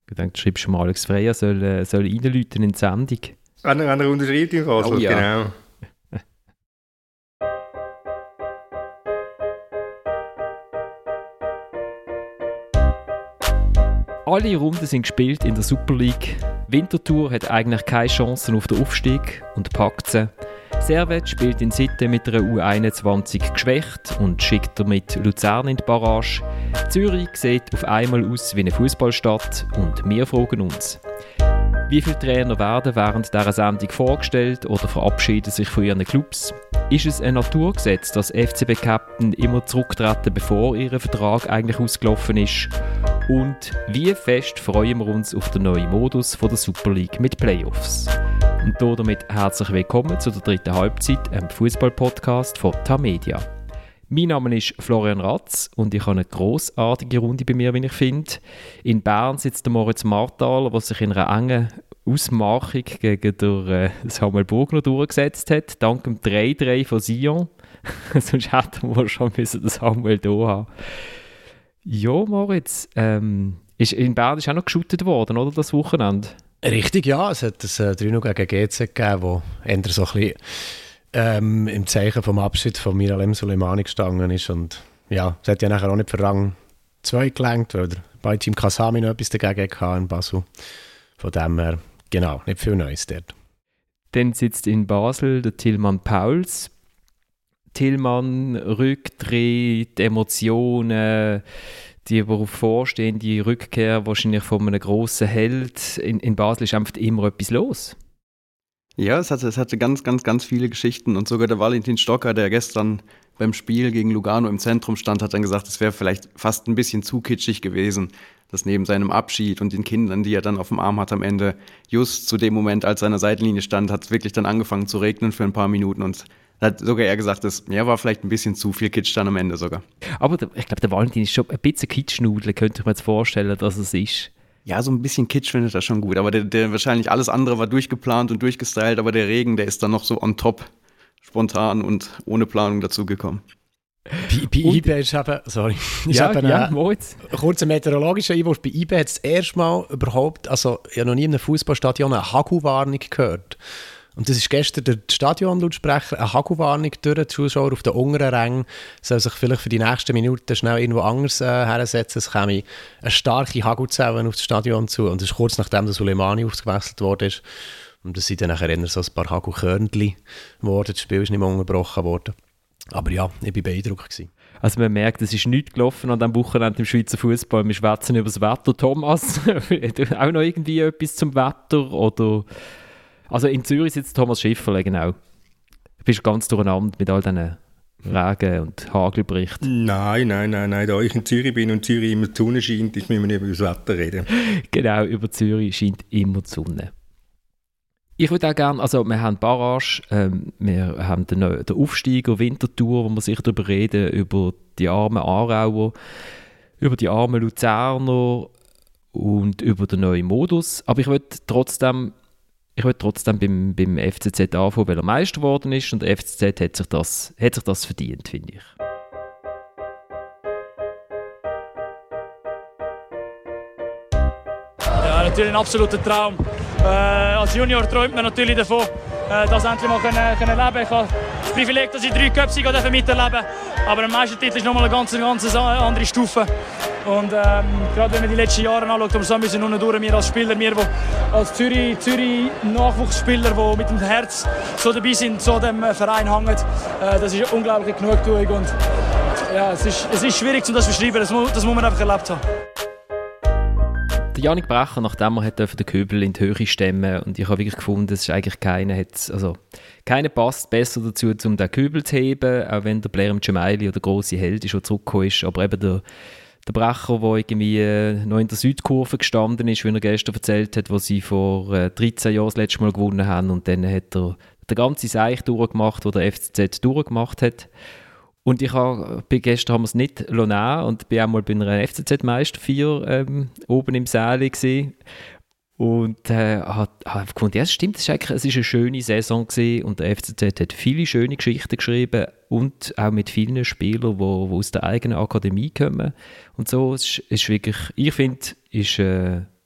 Ich denke, du schreibst mal, Alex Freya soll reinläuten in die Sendung. Wenn er unterschreibt im Fall, Oh, ja. Genau. Alle Runden sind gespielt in der Super League. Winterthur hat eigentlich keine Chancen auf den Aufstieg und packt sie. Servet spielt in Sitten mit einer U21 geschwächt und schickt damit Luzern in die Barrage. Zürich sieht auf einmal aus wie eine Fußballstadt und wir fragen uns: Wie viele Trainer werden während dieser Sendung vorgestellt oder verabschieden sich von ihren Clubs? Ist es ein Naturgesetz, dass FCB-Captain immer zurücktreten, bevor ihr Vertrag eigentlich ausgelaufen ist? Und wie fest freuen wir uns auf den neuen Modus von der Super League mit Playoffs? Und damit herzlich willkommen zu der dritten Halbzeit, einem Fußball-Podcast von Tamedia. Mein Name ist Florian Ratz und ich habe eine grossartige Runde bei mir, wie ich finde. In Bern sitzt der Moritz Marthaler, der sich in einer engen Ausmachung gegen den Samuel Burgner durchgesetzt hat, dank dem 3-3 von Sion. Sonst hätten wir schon den Samuel hier haben. Ja, Moritz, in Bern ist auch noch geshootet worden, oder, das Wochenende? Richtig, ja. Es hat das 3-0 gegen GC gegeben, wo eher so ein bisschen im Zeichen vom Abschied von Miralem Soleimani gestanden ist. Und ja, es hat ja nachher auch nicht für Rang 2 gelangt, weil der Beitim Kasami noch etwas dagegen hatte in Basel. Von dem her, genau, nicht viel Neues dort. Dann sitzt in Basel der Tillmann Pauls. Tillmann, Rücktritt, Emotionen, die bevorstehende Rückkehr wahrscheinlich von einem grossen Held. In Basel ist einfach immer etwas los. Ja, es hatte ganz, ganz, ganz viele Geschichten und sogar der Valentin Stocker, der gestern beim Spiel gegen Lugano im Zentrum stand, hat dann gesagt, es wäre vielleicht fast ein bisschen zu kitschig gewesen, dass neben seinem Abschied und den Kindern, die er dann auf dem Arm hat am Ende, just zu dem Moment, als er an der Seitenlinie stand, hat es wirklich dann angefangen zu regnen für ein paar Minuten und hat sogar er gesagt, das war vielleicht ein bisschen zu viel Kitsch dann am Ende sogar. Aber ich glaube, der Valentin ist schon ein bisschen Kitschnudel, könnte ich mir jetzt vorstellen, dass es ist. Ja, so ein bisschen Kitsch findet er schon gut, aber der wahrscheinlich alles andere war durchgeplant und durchgestylt, aber der Regen, der ist dann noch so on top, spontan und ohne Planung dazugekommen. Bei IB ist eben, kurzer meteorologischer Einwurf, bei IB hat es das erste Mal überhaupt, also ich habe noch nie in einem Fußballstadion eine Hagelwarnung gehört. Und das ist gestern der Stadionlautsprecher, eine Hagelwarnung durch. Die Zuschauer auf den unteren Rängen sollen sich vielleicht für die nächsten Minuten schnell irgendwo anders hersetzen. Es käme eine starke Hagelzelle auf das Stadion zu. Und das ist kurz nachdem der Soleimani ausgewechselt worden ist. Und das sind dann nachher eher so ein paar Hagelkörnchen geworden. Das Spiel ist nicht mehr unterbrochen worden. Aber ja, ich war beeindruckt. Also man merkt, es ist nichts gelaufen an diesem Wochenende im Schweizer Fußball. Wir schwätzen über das Wetter. Thomas, auch noch irgendwie etwas zum Wetter? Oder... Also in Zürich sitzt Thomas Schifferle, genau. Du bist ganz durcheinander mit all diesen Regen- und Hagelberichten. Nein. Da ich in Zürich bin und Zürich immer die Sonne scheint, müssen wir nicht über das Wetter reden. Genau, über Zürich scheint immer die Sonne. Ich würde auch gerne, also wir haben Barrage, wir haben den Aufsteiger Winterthur, wo wir sicher darüber reden, über die armen Aarauer, über die armen Luzerner und über den neuen Modus. Aber ich würde trotzdem beim FCZ anfangen, weil er Meister geworden ist und der FCZ hat sich das verdient, finde ich. Ja, natürlich ein absoluter Traum. Als Junior träumt man natürlich davon, das endlich mal können leben. Ich habe das Privileg, dass ich 3 Cup-Siege miterleben durfte. Aber ein Meistertitel ist nochmal eine ganz andere Stufe. Und gerade wenn man die letzten Jahre anschaut, haben wir so müssen durch, wir als Spieler, wir als Zürich-Nachwuchsspieler, die mit dem Herz so dabei sind, so dem Verein hängen, das ist unglaublich Genugtuung. Und ja, es ist schwierig, das zu beschreiben, das muss man einfach erlebt haben. Der Jannik Brecher, nachdem er den Köbel in die Höhe stemmen und ich habe wirklich gefunden, es ist eigentlich keiner passt besser dazu, um den Köbel zu heben, auch wenn der Blair Gemeili oder der grosse Held schon zurückgekommen ist, aber eben der Brecher, der irgendwie noch in der Südkurve gestanden ist, wie er gestern erzählt hat, wo sie vor 13 Jahren das letzte Mal gewonnen haben und dann hat er den ganzen Seich durchgemacht, den der FCZ durchgemacht hat. Und gestern haben wir es nicht nehmen und bin auch mal bei einer FCZ-Meisterfeier oben im Säle gewesen. Und habe gefunden, ja, es stimmt, es ist eine schöne Saison gewesen und der FCZ hat viele schöne Geschichten geschrieben und auch mit vielen Spielern, die aus der eigenen Akademie kommen. Und so, es ist wirklich, ich finde, ist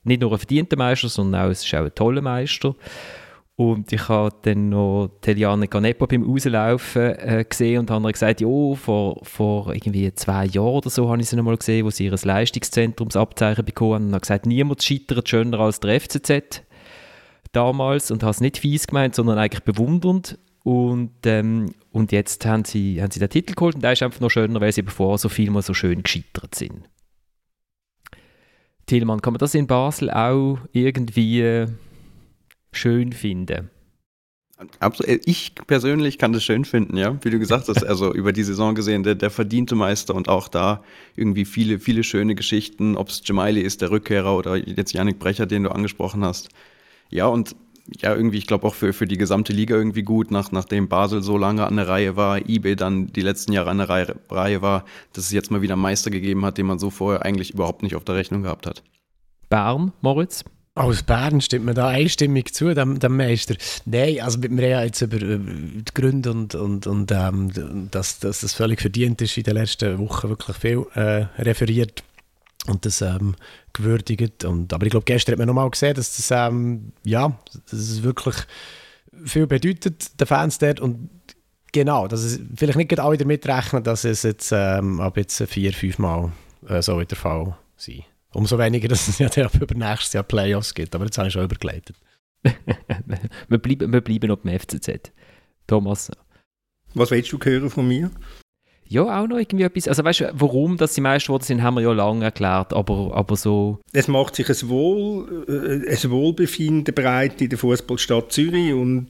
nicht nur ein verdienter Meister, sondern auch, es ist auch ein toller Meister. Und ich habe dann noch Eliane Canepa beim Rauslaufen gesehen und habe gesagt, ja, vor irgendwie 2 Jahren oder so habe ich sie noch mal gesehen, wo sie ihr Leistungszentrumsabzeichen bekommen haben und habe gesagt, niemand scheitert schöner als der FCZ damals und habe es nicht fies gemeint, sondern eigentlich bewundernd. Und jetzt haben sie den Titel geholt und der ist einfach noch schöner, weil sie bevor so viel mal so schön gescheitert sind. Tillmann, kann man das in Basel auch irgendwie schön finden? Absolut. Ich persönlich kann das schön finden, ja. Wie du gesagt hast, also über die Saison gesehen, der verdiente Meister und auch da irgendwie viele, viele schöne Geschichten, ob es Gemaili ist, der Rückkehrer, oder jetzt Yannick Brecher, den du angesprochen hast. Ja, und ja, irgendwie, ich glaube auch für die gesamte Liga irgendwie gut, nachdem Basel so lange an der Reihe war, IB dann die letzten Jahre an der Reihe war, dass es jetzt mal wieder einen Meister gegeben hat, den man so vorher eigentlich überhaupt nicht auf der Rechnung gehabt hat. Bern, Moritz? Aus Bern stimmt man da einstimmig zu, dem Meister. Nein, also wir haben ja jetzt über die Gründe und dass das völlig verdient ist, in den letzten Wochen wirklich viel referiert und das gewürdigt. Aber ich glaube, gestern hat man nochmal gesehen, dass das, dass es wirklich viel bedeutet, den Fans dort. Und genau, dass es vielleicht nicht alle damit rechnen, dass es jetzt ab jetzt 4-5 Mal so wieder der Fall sein. Umso weniger, dass es ja über nächstes Jahr Playoffs gibt. Aber jetzt habe ich schon übergeleitet. wir bleiben noch beim FCZ. Thomas? Was willst du hören von mir? Ja, auch noch irgendwie etwas. Also weißt du, warum dass sie Meister geworden sind, haben wir ja lange erklärt, aber so... Es macht sich ein Wohlbefinden breit in der Fußballstadt Zürich und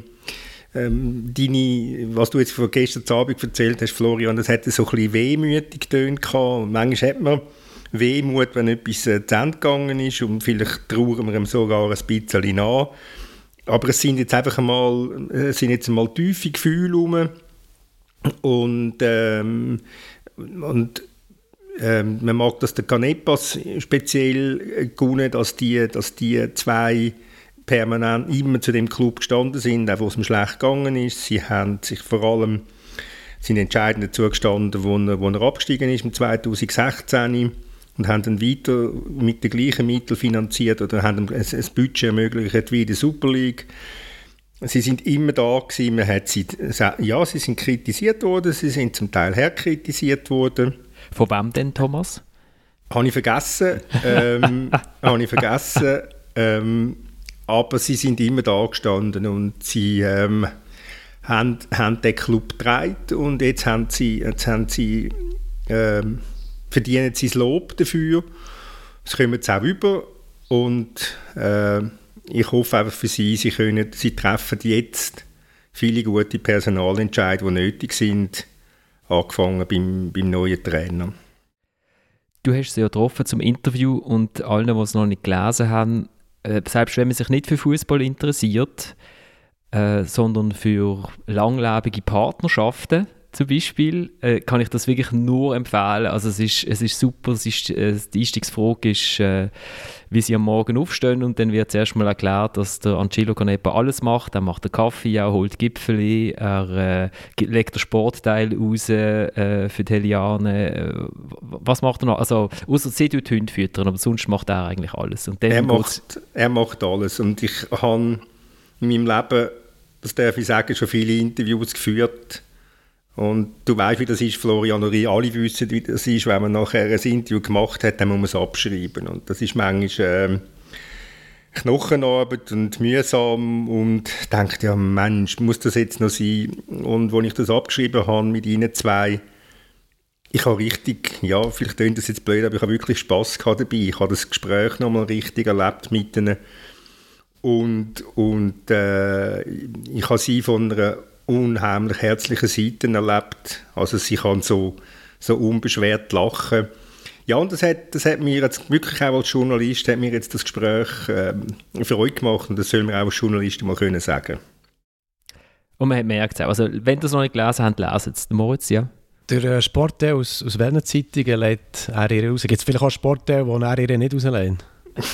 was du jetzt von gestern Abend erzählt hast, Florian, das hätte so ein bisschen wehmütig getönt und manchmal hat man Wehmut, wenn etwas zu Ende gegangen ist und vielleicht trauern wir ihm sogar ein bisschen nach. Aber es sind jetzt einfach mal tiefe Gefühle rum und man mag das der Canepas speziell gewonnen, dass die 2 permanent immer zu dem Club gestanden sind, auch wo es ihm schlecht gegangen ist. Sie haben sich vor allem sind entscheidend dazu gestanden, wo er abgestiegen ist im 2016 und haben dann weiter mit den gleichen Mitteln finanziert oder haben ein Budget ermöglicht wie in der Super League. Sie sind immer da gewesen, sie sind kritisiert worden, sie sind zum Teil herkritisiert worden. Von wem denn, Thomas? Habe ich vergessen. Aber sie sind immer da gestanden und sie haben den Club getragen und jetzt verdienen sie das Lob dafür. Das kommen sie auch über und ich hoffe einfach für sie treffen jetzt viele gute Personalentscheidungen, die nötig sind, angefangen beim neuen Trainer. Du hast sie ja getroffen zum Interview und allen, die es noch nicht gelesen haben, selbst wenn man sich nicht für Fußball interessiert, sondern für langlebige Partnerschaften zum Beispiel, kann ich das wirklich nur empfehlen. Also es ist super. Die Einstiegsfrage ist, wie sie am Morgen aufstehen und dann wird zuerst mal erklärt, dass der Angelo Canepa alles macht. Er macht den Kaffee, er holt Gipfeli, er legt den Sportteil raus für die Eliane. Was macht er noch? Also außer sie tut die Hunde füttern, aber sonst macht er eigentlich alles. Und dann er macht alles und ich habe in meinem Leben, das darf ich sagen, schon viele Interviews geführt. Und du weißt, wie das ist, Florian, oder alle wissen, wie das ist, wenn man nachher ein Interview gemacht hat, dann muss man es abschreiben. Und das ist manchmal Knochenarbeit und mühsam und denkt, ja Mensch, muss das jetzt noch sein? Und als ich das abgeschrieben habe mit Ihnen 2, ich habe richtig, ja, vielleicht klingt das jetzt blöd, aber ich habe wirklich Spass gehabt dabei. Ich habe das Gespräch nochmal richtig erlebt mit ihnen. Und ich habe sie von einer unheimlich herzlichen Seite erlebt. Also sie kann so unbeschwert lachen. Ja, und das hat mir jetzt wirklich auch als Journalist hat mir jetzt das Gespräch Freude gemacht und das soll mir auch als Journalist mal können sagen. Und man hat merkt es auch. Also wenn ihr es noch nicht gelesen habt, lesen es. Moritz, ja? Der Sportteil aus welchen Zeitungen lädt er ihr raus? Gibt es vielleicht auch Sportteil, wo er ihr nicht rauslädt?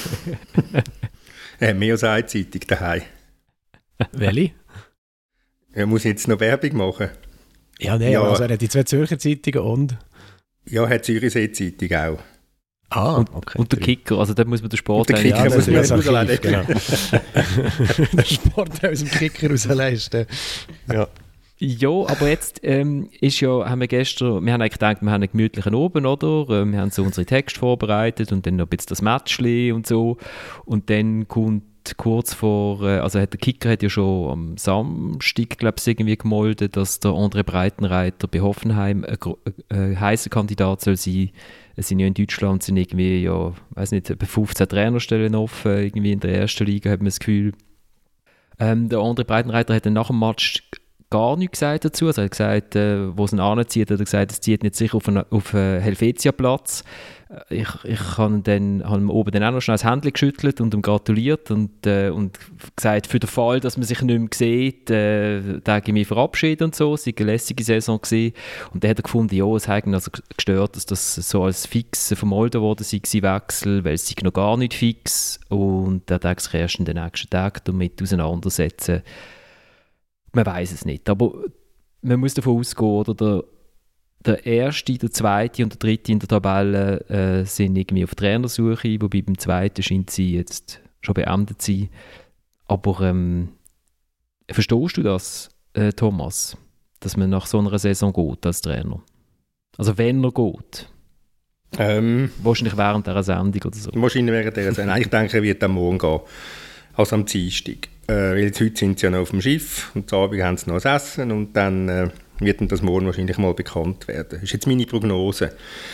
Mehr als eine Zeitung daheim. Welche? Er muss jetzt noch Werbung machen. Ja, nein, ja. Also er hat die 2 Zürcher Zeitungen und... Ja, hat Zürichsee Zeitung auch. Und der Kicker, also da muss man den Sport... Der Kicker muss man rauslassen. Genau. Der Sport aus dem Kicker rauslassen. Ja. Ja, aber jetzt haben wir haben eigentlich gedacht, wir haben einen gemütlichen Abend, oder? Wir haben so unsere Texte vorbereitet und dann noch ein bisschen das Matchli und so. Und dann kommt kurz vor, also der Kicker hat ja schon am Samstag, glaube ich, irgendwie gemolden, dass der André Breitenreiter bei Hoffenheim ein heißer Kandidat soll sein. Es sind ja in Deutschland sind irgendwie, ja, weiß nicht, etwa 15 Trainerstellen offen, irgendwie in der ersten Liga, hat man das Gefühl. Der André Breitenreiter hat dann nach dem Match gar nichts gesagt dazu. Also er hat gesagt, wo es ihn anzieht, hat er gesagt, es zieht nicht sicher auf einen Helvetia-Platz. Ich habe ihm oben dann auch noch schnell das Händchen geschüttelt und ihm gratuliert und gesagt, für den Fall, dass man sich nicht mehr sieht, da ich mich verabschieden und so. Es war eine lässige Saison gewesen. Und dann hat er gefunden, ja, es hat ihn also gestört, dass das so als fix vermeldet worden sei, Wechsel, weil es sei noch gar nicht fix. Und er hat sich erst in den nächsten Tagen damit auseinandersetzen. Man weiß es nicht, aber man muss davon ausgehen, oder der erste, der zweite und der dritte in der Tabelle sind irgendwie auf Trainersuche, wobei beim zweiten scheint sie jetzt schon beendet zu sein. Aber verstehst du das, Thomas, dass man nach so einer Saison geht als Trainer? Also wenn er geht? Wahrscheinlich während dieser Sendung oder so. Wahrscheinlich während dieser Sendung. Ich denke, er wird am Morgen gehen, also am Dienstag. Weil jetzt heute sind sie ja noch auf dem Schiff und am Abend haben sie noch das Essen und dann wird das morgen wahrscheinlich mal bekannt werden. Das ist jetzt meine Prognose.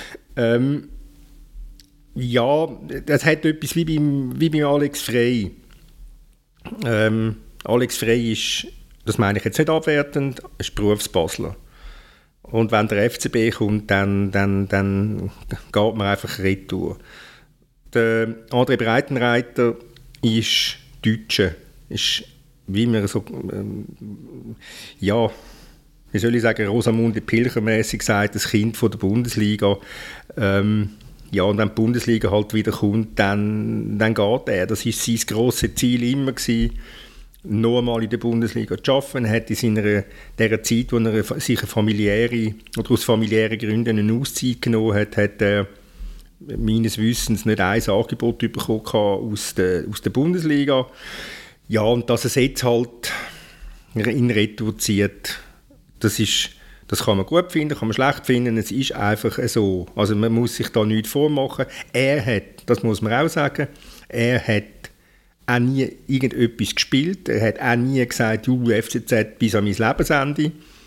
Ja, das hat etwas wie beim Alex Frey. Alex Frey ist, das meine ich jetzt nicht abwertend, ist Berufsbasler. Und wenn der FCB kommt, dann geht man einfach retour. Der André Breitenreiter ist Deutscher. Ist, wie man so, ja, wie soll ich sagen, Rosamunde Pilcher-mässig sagt, das Kind von der Bundesliga. Ja, und wenn die Bundesliga halt wieder kommt, dann geht er. Das war sein grosses Ziel immer gewesen, noch einmal in der Bundesliga zu arbeiten. Er hat in dieser Zeit, wo er sich aus familiären Gründen eine Auszeit genommen hat, hat er meines Wissens nicht ein Angebot bekommen aus der Bundesliga. Ja, und dass es jetzt halt in Retour zieht, das kann man gut finden, kann man schlecht finden, es ist einfach so. Also man muss sich da nichts vormachen. Er hat, das muss man auch sagen, er hat auch nie irgendetwas gespielt, er hat auch nie gesagt, FCZ bis an mein Lebensende.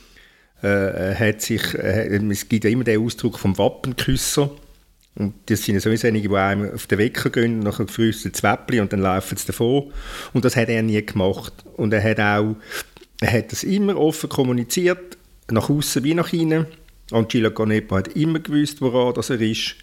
Es gibt ja immer den Ausdruck vom Wappenküsser. Und das sind sowieso einige, die einem auf den Wecker gehen, nachher gefrühstückt das Wäppli und dann laufen sie davon. Und das hat er nie gemacht. Und er hat das immer offen kommuniziert, nach außen wie nach innen. Angelo Canepa hat immer gewusst, woran das er ist.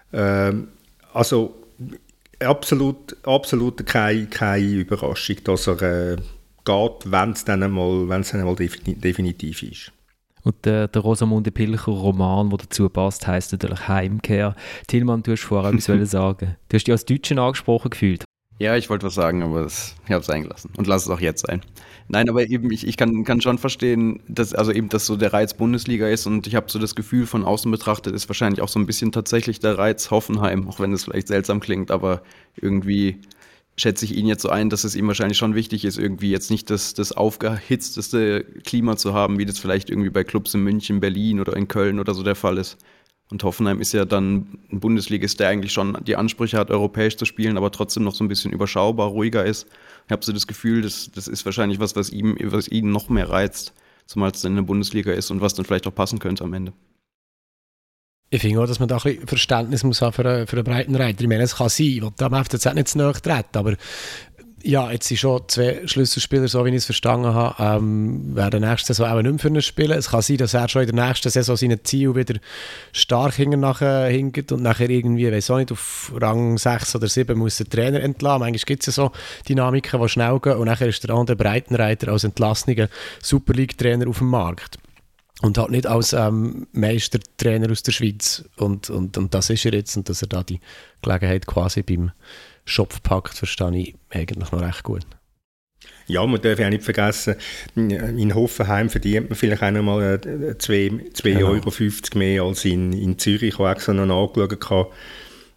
Also absolut keine Überraschung, dass er geht, wenn es dann einmal definitiv ist. Und der Rosamunde Pilcher-Roman, der dazu passt, heisst natürlich Heimkehr. Tilman, du hast vorher etwas sagen. Du hast dich als Deutschen angesprochen gefühlt. Ja, ich wollte was sagen, aber ich habe es eingelassen. Und lass es auch jetzt sein. Nein, aber eben, ich kann schon verstehen, dass so der Reiz Bundesliga ist. Und ich habe so das Gefühl, von außen betrachtet ist wahrscheinlich auch so ein bisschen tatsächlich der Reiz Hoffenheim, auch wenn es vielleicht seltsam klingt, aber irgendwie schätze ich ihn jetzt so ein, dass es ihm wahrscheinlich schon wichtig ist, irgendwie jetzt nicht das aufgehitzteste Klima zu haben, wie das vielleicht irgendwie bei Clubs in München, Berlin oder in Köln oder so der Fall ist. Und Hoffenheim ist ja dann ein Bundesligist, der eigentlich schon die Ansprüche hat, europäisch zu spielen, aber trotzdem noch so ein bisschen überschaubar, ruhiger ist. Ich habe so das Gefühl, das ist wahrscheinlich was ihn noch mehr reizt, zumal es dann in der Bundesliga ist und was dann vielleicht auch passen könnte am Ende. Ich finde auch, dass man da ein bisschen Verständnis muss haben für einen Breitenreiter. Ich meine, es kann sein, ich will am FCZ nicht zu nahe treten, aber ja, jetzt sind schon 2 Schlüsselspieler, so wie ich es verstanden habe, werden nächste Saison auch nicht mehr für ihn spielen. Es kann sein, dass er schon in der nächsten Saison seine Ziele wieder stark hinkt und nachher irgendwie, ich weiß auch nicht, auf Rang 6 oder 7 muss der Trainer entlassen. Manchmal gibt es ja so Dynamiken, die schnell gehen und nachher ist der andere Breitenreiter als entlassener Super League-Trainer auf dem Markt. Und halt nicht als Meistertrainer aus der Schweiz. Und das ist er jetzt. Und dass er da die Gelegenheit quasi beim Schopf packt, verstehe ich eigentlich noch recht gut. Ja, man darf ja nicht vergessen, in Hoffenheim verdient man vielleicht auch noch mal 2,50 € mehr als in Zürich. Ich habe extra noch nachgeschaut.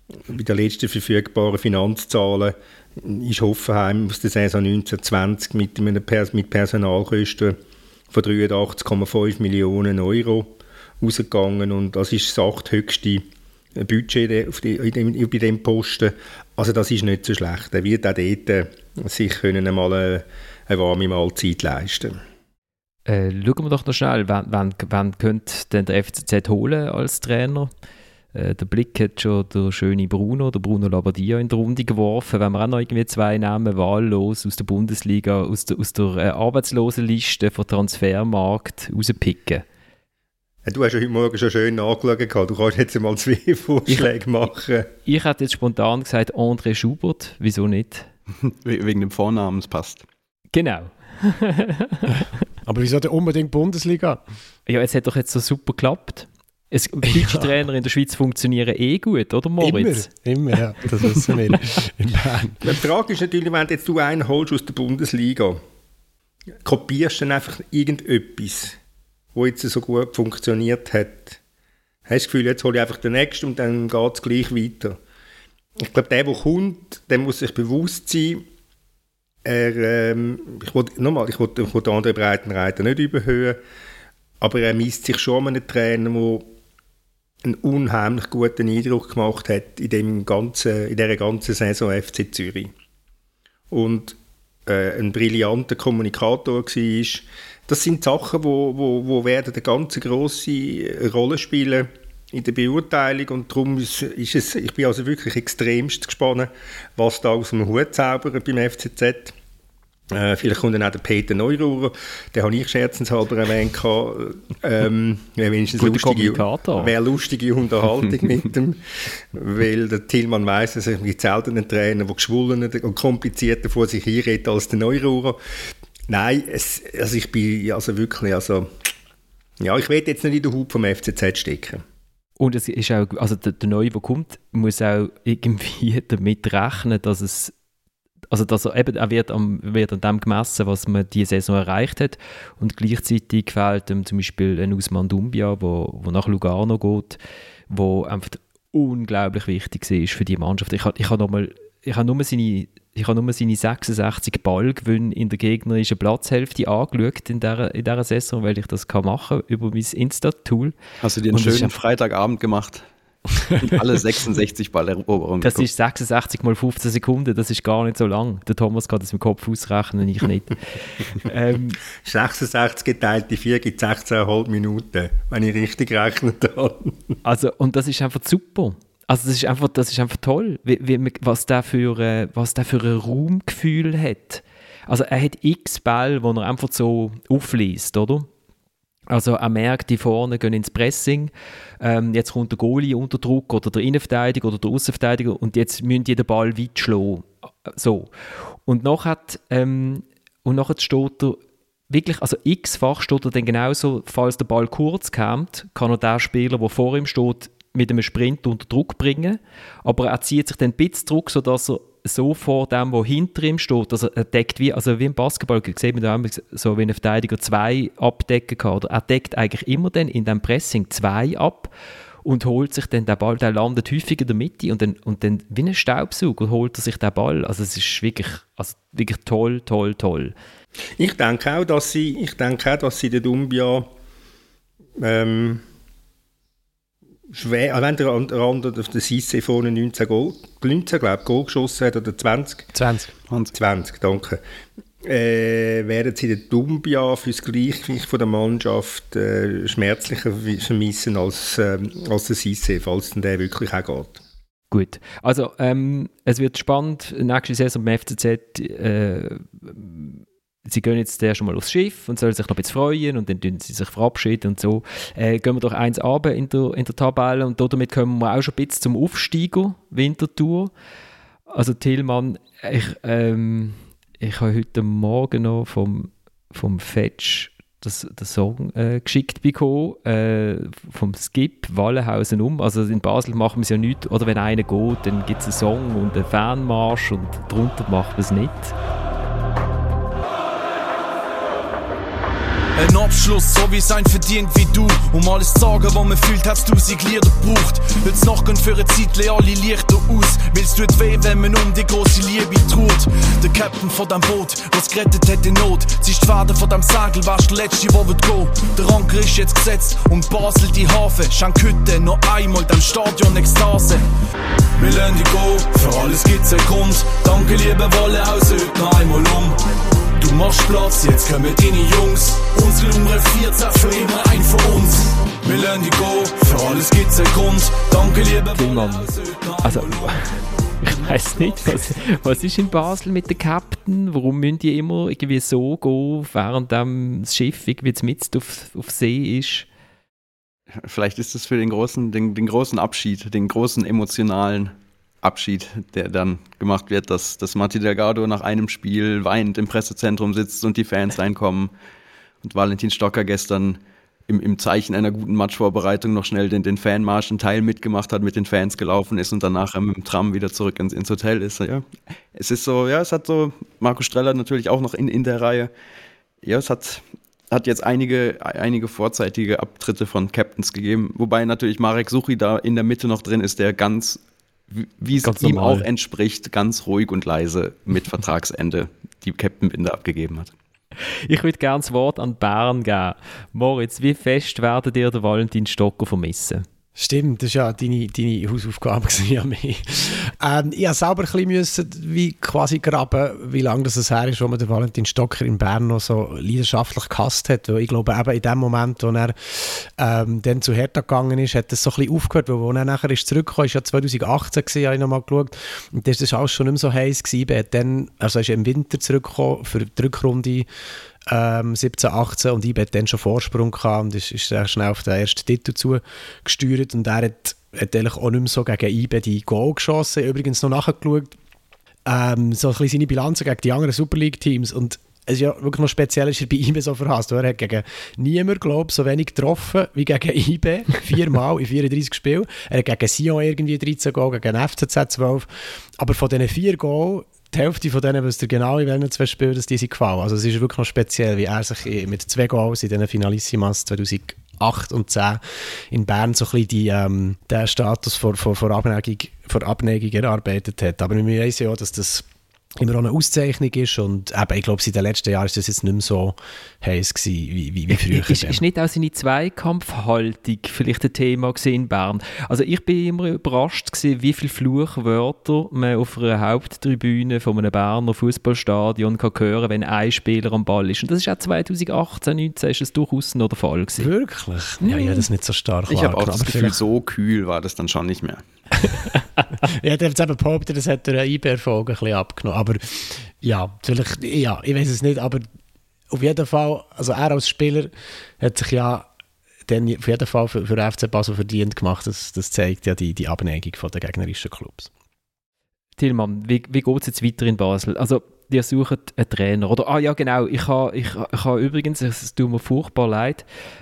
bei den letzten verfügbaren Finanzzahlen ist Hoffenheim aus der Saison 1920 mit Personalkosten von 83,5 Millionen Euro rausgegangen und das ist das 8. höchste Budget bei diesem Posten. Also das ist nicht so schlecht. Er wird auch dort sich können einmal eine warme Mahlzeit leisten. Schauen wir doch noch schnell, wann könnte denn der FCZ holen als Trainer? Der Blick hat schon der schöne Bruno Labbadia in die Runde geworfen. Wenn wir auch noch irgendwie 2 Namen wahllos aus der Bundesliga, aus der Arbeitslosenliste von Transfermarkt rauspicken. Du hast ja heute Morgen schon schön nachgeschaut. Du kannst jetzt mal 2 Vorschläge machen. Ich hätte jetzt spontan gesagt André Schubert. Wieso nicht? Wegen dem Vornamen, es passt. Genau. Aber wieso denn unbedingt Bundesliga? Ja, es hat doch jetzt so super geklappt. Deutsche Trainer in der Schweiz funktionieren gut, oder Moritz? Immer, ja. Das wissen wir in Bern. Die Frage ist natürlich, wenn jetzt du einen holst aus der Bundesliga, kopierst du dann einfach irgendetwas, wo jetzt so gut funktioniert hat? Hast du das Gefühl, jetzt hole ich einfach den nächsten und dann geht es gleich weiter? Ich glaube, der kommt, der muss sich bewusst sein, ich will André Breitenreiter nicht überhöhen, aber er misst sich schon an einen Trainer, der einen unheimlich guten Eindruck gemacht hat in dieser ganzen Saison FC Zürich. Und ein brillanter Kommunikator war. Das sind Sachen, die werden eine ganz grosse Rolle spielen in der Beurteilung und darum ist es, ich bin also wirklich extremst gespannt, was da aus dem Hut zaubert beim FCZ. Vielleicht kommt dann auch der Peter Neururer, den habe ich scherzenshalber erwähnt. Wäre lustige Unterhaltung mit dem, weil der Tillmann weiss, dass es gibt selten einen Trainer, der geschwollener und komplizierter vor sich hinredet als der Neururer. Nein, ich bin also wirklich, ich will jetzt nicht in den Hut vom FCZ stecken. Und es ist auch, also der Neue, der kommt, muss auch irgendwie damit rechnen, dass er wird an dem gemessen, was man diese Saison erreicht hat. Und gleichzeitig fehlt ihm zum Beispiel ein Ousmane Doumbia, wo nach Lugano geht, wo einfach unglaublich wichtig ist für die Mannschaft. Ich habe nur seine 66 Ballgewinne in der gegnerischen Platzhälfte angeschaut in dieser Saison, weil ich das machen kann über mein Insta-Tool. Hast du dir einen schönen Freitagabend gemacht? Alle 66 Balleroberungen. Das ist 66 mal 15 Sekunden, das ist gar nicht so lang. Der Thomas kann das mit dem Kopf ausrechnen, ich nicht. 66 geteilt in 4 gibt 16,5 Minuten, wenn ich richtig rechnet habe. Also, und das ist einfach super. Also das ist einfach toll, was der für ein Raumgefühl hat. Also er hat x Bälle, die er einfach so aufliest, oder? Also er merkt, die vorne gehen ins Pressing, jetzt kommt der Goalie unter Druck oder der Innenverteidiger oder der Aussenverteidiger und jetzt müssen die den Ball weit schlagen. So. Und nachher steht er wirklich, also x-fach steht er dann genauso, falls der Ball kurz kommt, kann er den Spieler, der vor ihm steht, mit einem Sprint unter Druck bringen, aber er zieht sich dann ein bisschen zurück, sodass er so vor dem, der hinter ihm steht, also er deckt wie im Basketball, sieht man da so, wie ein Verteidiger 2 abdecken kann, oder er deckt eigentlich immer dann in dem Pressing 2 ab und holt sich dann den Ball, der landet häufig in der Mitte und dann wie ein Staubsauger holt er sich den Ball, also es ist wirklich toll, toll, toll. Ich denke auch, dass sie den Doumbia schwer, wenn der andere auf der Cissé vorne 19 Goal geschossen hat, oder 20? 20, danke. Werden sie den Doumbia für das Gleichgewicht von der Mannschaft schmerzlicher vermissen als der Cissé, falls denn der wirklich auch geht. Gut, also es wird spannend, nächste Saison beim FCZ, sie gehen jetzt erst einmal aufs Schiff und sollen sich noch ein bisschen freuen und dann tun sie sich verabschieden und so. Gehen wir doch eins runter in der Tabelle und damit kommen wir auch schon ein bisschen zum Aufsteiger Winterthur. Also Tillmann, ich habe heute Morgen noch vom Fetch den Song geschickt bekommen, vom Skip, Wallenhausen um. Also in Basel machen wir es ja nicht, oder wenn einer geht, dann gibt es einen Song und einen Fanmarsch und darunter machen wir es nicht. Ein Abschluss, so wie sein verdient wie du. Um alles zu sagen, was man fühlt, hat's 1000 Lieder gebraucht. Jetzt noch gehen für eine Zeit alle Lichter aus. Weil's tut weh, wenn man um die grosse Liebe trauert. Der Captain von dem Boot, was gerettet hat in Not. Ziehst die Fäden von dem Segel, wärst der Letzte, der wird gehen. Der Anker ist jetzt gesetzt und Basel die Hafen. Schenk heute noch einmal dem Stadion Ekstase. Wir lassen dich gehen, für alles gibt's einen Grund. Danke liebe Wolle, aus heute noch einmal um. Du machst Platz, jetzt kommen deine Jungs. Unsere Nummer 14 für immer ein von uns. Wir lassen dich gehen, für alles gibt's einen Grund. Danke liebe Wolle, aus heute noch Also, einmal um. ich weiss nicht, was ist in Basel mit dem Captain? Warum müssen die immer irgendwie so gehen, während das Schiff irgendwie mitten auf See ist? Vielleicht ist es für den großen Abschied, den großen emotionalen Abschied, der dann gemacht wird, dass Martí Delgado nach einem Spiel weinend im Pressezentrum sitzt und die Fans reinkommen und Valentin Stocker gestern im Zeichen einer guten Matchvorbereitung noch schnell den Fanmarsch einen Teil mitgemacht hat, mit den Fans gelaufen ist und danach mit dem Tram wieder zurück ins Hotel ist. Ja. Es ist so, ja, es hat so Marco Streller natürlich auch noch in der Reihe. Ja, es hat jetzt einige vorzeitige Abtritte von Captains gegeben, wobei natürlich Marek Suchy da in der Mitte noch drin ist, der ganz, wie es ihm normal auch entspricht, ganz ruhig und leise mit Vertragsende die Captain-Binde abgegeben hat. Ich würde gerne das Wort an Bern geben. Moritz, wie fest werdet ihr den Valentin Stocker vermissen? Stimmt, das war ja deine Hausaufgabe an mich. Ich musste selber ein bisschen wie quasi graben, wie lange das her ist, wo man den Valentin Stocker in Bern noch so leidenschaftlich gehasst hat. Weil ich glaube, eben in dem Moment, wo er dann zu Hertha gegangen ist, hat das so ein bisschen aufgehört, weil als er nachher ist zurückgekommen ist, ja 2018 gewesen, habe ich nochmal geschaut, und das war alles schon nicht mehr so heiß gewesen. Er hat dann, also ist im Winter zurückgekommen für die Rückrunde 17, 18 und IBE hat dann schon Vorsprung gehabt und ist sehr schnell auf den ersten Titel zugesteuert und er hat eigentlich auch nicht mehr so gegen IBE die Goal geschossen. Übrigens noch nachgeschaut, so ein bisschen seine Bilanzen gegen die anderen Super League-Teams und es ist ja wirklich noch speziell, ist er bei IBE so verhasst. Er hat gegen niemand, glaube ich, so wenig getroffen wie gegen IBE, 4-mal in 34 Spielen. Er hat gegen Sion irgendwie 13 Goal, gegen FCZ 12, aber von diesen 4 Goal die Hälfte von denen, wisst ihr genau, in welchen 2 Spielen, dass die sich gefallen. Also es ist wirklich noch speziell, wie er sich mit 2 Goals in diesen Finalissimas 2008 und 10 in Bern so ein bisschen den Status vor Abneigung erarbeitet hat. Aber wir wissen ja, dass das immer noch eine Auszeichnung ist und eben, ich glaube, seit den letzten Jahren ist das jetzt nicht mehr so heiß gewesen, wie früher. Ist nicht auch seine Zweikampfhaltung vielleicht ein Thema in Bern? Also ich bin immer überrascht gewesen, wie viele Fluchwörter man auf einer Haupttribüne von einem Berner Fußballstadion kann hören, wenn ein Spieler am Ball ist. Und das ist auch 2018, 19 ist es durchaus noch der Fall gewesen. Wirklich? Ja, ich habe das nicht so stark Ich habe auch das Gefühl, so kühl war das dann schon nicht mehr. Ich hätte jetzt eben behauptet, das hat durch eine IB-Erfolg ein bisschen abgenommen. Aber ja, vielleicht, ja, ich weiß es nicht, aber auf jeden Fall, also er als Spieler hat sich ja dann auf jeden Fall für FC Basel verdient gemacht. Das zeigt ja die Abneigung von den gegnerischen Clubs. Tillmann, wie geht es jetzt weiter in Basel? Also, die suchen einen Trainer, oder? Ah ja, genau, ich habe übrigens, es tut mir furchtbar leid,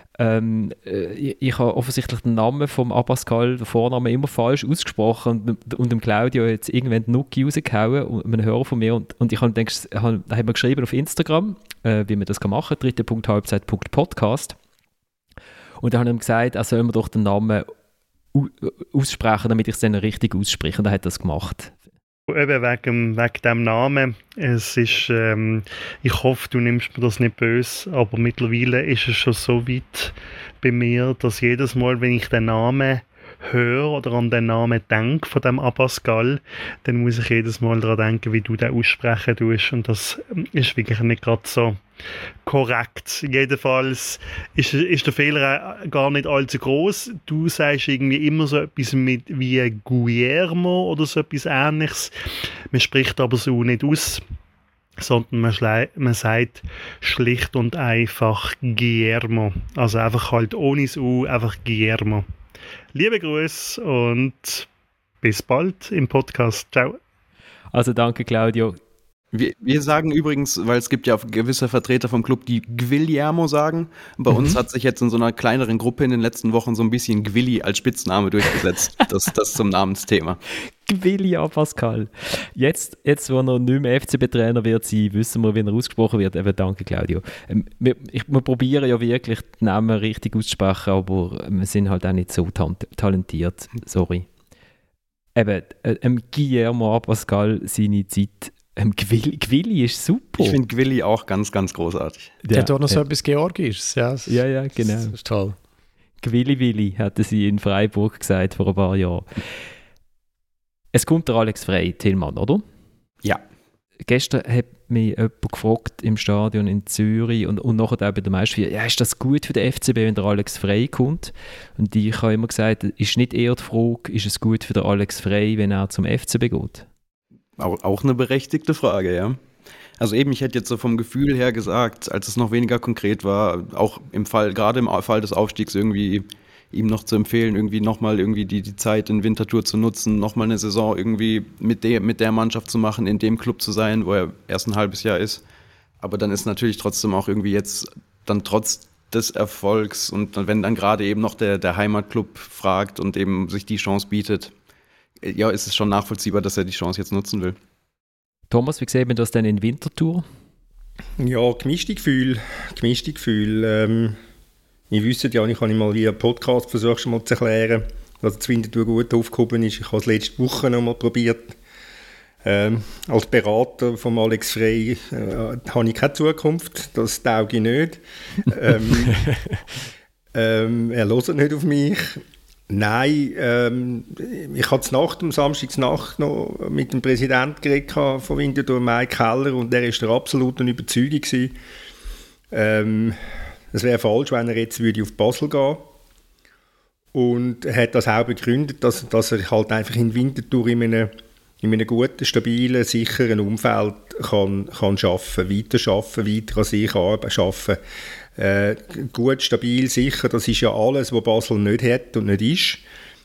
ich habe offensichtlich den Namen vom Abascal, den Vornamen, immer falsch ausgesprochen und dem Claudio jetzt irgendwann die Nuki rausgehauen, und einen Hörer von mir, und ich habe gedacht, haben wir geschrieben auf Instagram, wie man das machen kann, 3.halbzeit.podcast, und dann habe ich ihm gesagt, er soll mir doch den Namen aussprechen, damit ich es dann richtig ausspreche, und er hat das gemacht. Eben wegen dem Namen. Es ist, ich hoffe, du nimmst mir das nicht böse, aber mittlerweile ist es schon so weit bei mir, dass jedes Mal, wenn ich den Namen höre oder an den Namen denke von dem Abascal, dann muss ich jedes Mal daran denken, wie du den aussprechen tust, und das ist wirklich nicht gerade so korrekt. Jedenfalls ist der Fehler gar nicht allzu groß. Du sagst irgendwie immer so etwas wie Guillermo oder so etwas Ähnliches. Man spricht aber so nicht aus, sondern man sagt schlicht und einfach Guillermo. Also einfach halt ohne das U, einfach Guillermo. Liebe Grüße und bis bald im Podcast. Ciao. Also danke, Claudio. Wir sagen übrigens, weil es gibt ja gewisse Vertreter vom Club, die Guillermo sagen. Bei uns hat sich jetzt in so einer kleineren Gruppe in den letzten Wochen so ein bisschen Gwilli als Spitzname durchgesetzt. Das zum Namensthema. Gwilli, Pascal. Jetzt, wo er nicht mehr FCB-Trainer wird sein, wissen wir, wie er ausgesprochen wird. Eben, danke, Claudio. Wir probieren ja wirklich, die Namen richtig auszusprechen, aber wir sind halt auch nicht so talentiert. Sorry. Eben, Guillermo Pascal, seine Zeit. Gwilli ist super. Ich finde Gwilli auch ganz, ganz großartig. Der hat auch noch so etwas Georgisches. Ja, genau. Das ist toll. Gwilli, hatten sie in Freiburg gesagt vor ein paar Jahren. Es kommt der Alex Frey, Tillmann, oder? Ja. Gestern hat mich jemand gefragt im Stadion in Zürich und nachher auch bei der Meisterschaft, ja, ist das gut für den FCB, wenn der Alex Frey kommt? Und ich habe immer gesagt, ist nicht eher die Frage, ist es gut für den Alex Frey, wenn er zum FCB geht? Auch eine berechtigte Frage, ja. Also eben, ich hätte jetzt so vom Gefühl her gesagt, als es noch weniger konkret war, auch gerade im Fall des Aufstiegs irgendwie ihm noch zu empfehlen, irgendwie nochmal irgendwie die Zeit in Winterthur zu nutzen, nochmal eine Saison irgendwie mit der Mannschaft zu machen, in dem Club zu sein, wo er erst ein halbes Jahr ist. Aber dann ist natürlich trotzdem auch irgendwie jetzt dann trotz des Erfolgs und wenn dann gerade eben noch der Heimatclub fragt und eben sich die Chance bietet, ja, ist es schon nachvollziehbar, dass er die Chance jetzt nutzen will. Thomas, wie sehen wir das denn in Winterthur? Ja, gemischte Gefühle. Ich wüsste ja, ich habe mal via Podcast versucht, schon mal zu erklären, dass das Winterthur gut aufgehoben ist. Ich habe es letzte Woche noch mal probiert. Als Berater von Alex Frey habe ich keine Zukunft, das tauge ich nicht. Er hört nicht auf mich. Nein, ich hatte am Samstagsnacht noch mit dem Präsidenten geredet von Winterthur, Mike Keller, und der war der absoluten Überzeugung gewesen. Es wäre falsch, wenn er jetzt auf Basel gehen würde. Und er hat das auch begründet, dass er halt einfach in Winterthur in einem guten, stabilen, sicheren Umfeld kann arbeiten, weiter an sich arbeiten. Gut, stabil, sicher, das ist ja alles, was Basel nicht hat und nicht ist.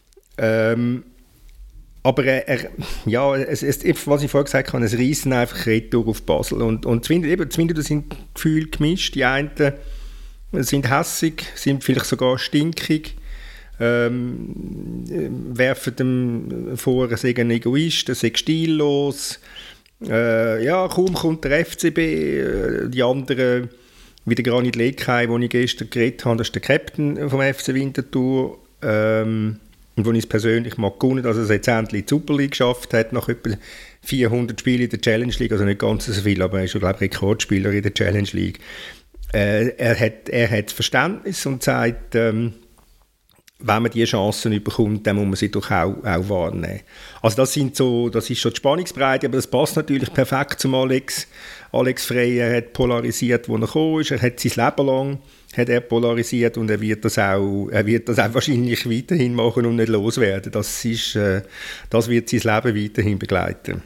Aber was ich vorher gesagt habe, es reissen einfach retour auf Basel. Und Winterthur sind die Gefühle gemischt. Die einen sind hässig, sind vielleicht sogar stinkig, werfen dem vor, er sei ein Egoist, er sei stillos. Kaum kommt der FCB, die anderen, wie der Granit Lekei, den ich gestern geredet habe, das ist der Captain vom FC Winterthur, und wo ich es persönlich mag gewonnen, dass er es jetzt endlich in die Super League geschafft hat, nach etwa 400 Spielen in der Challenge League, also nicht ganz so viel, aber er ist, glaube ich, Rekordspieler in der Challenge League. Er hat Verständnis und sagt, wenn man diese Chancen bekommt, dann muss man sie doch auch wahrnehmen. Also das ist schon die Spannungsbreite, aber das passt natürlich perfekt zum Alex Frey. Er hat polarisiert, wo er gekommen ist. Er hat sein Leben lang polarisiert und er wird das auch wahrscheinlich weiterhin machen und nicht loswerden. Das wird sein Leben weiterhin begleiten.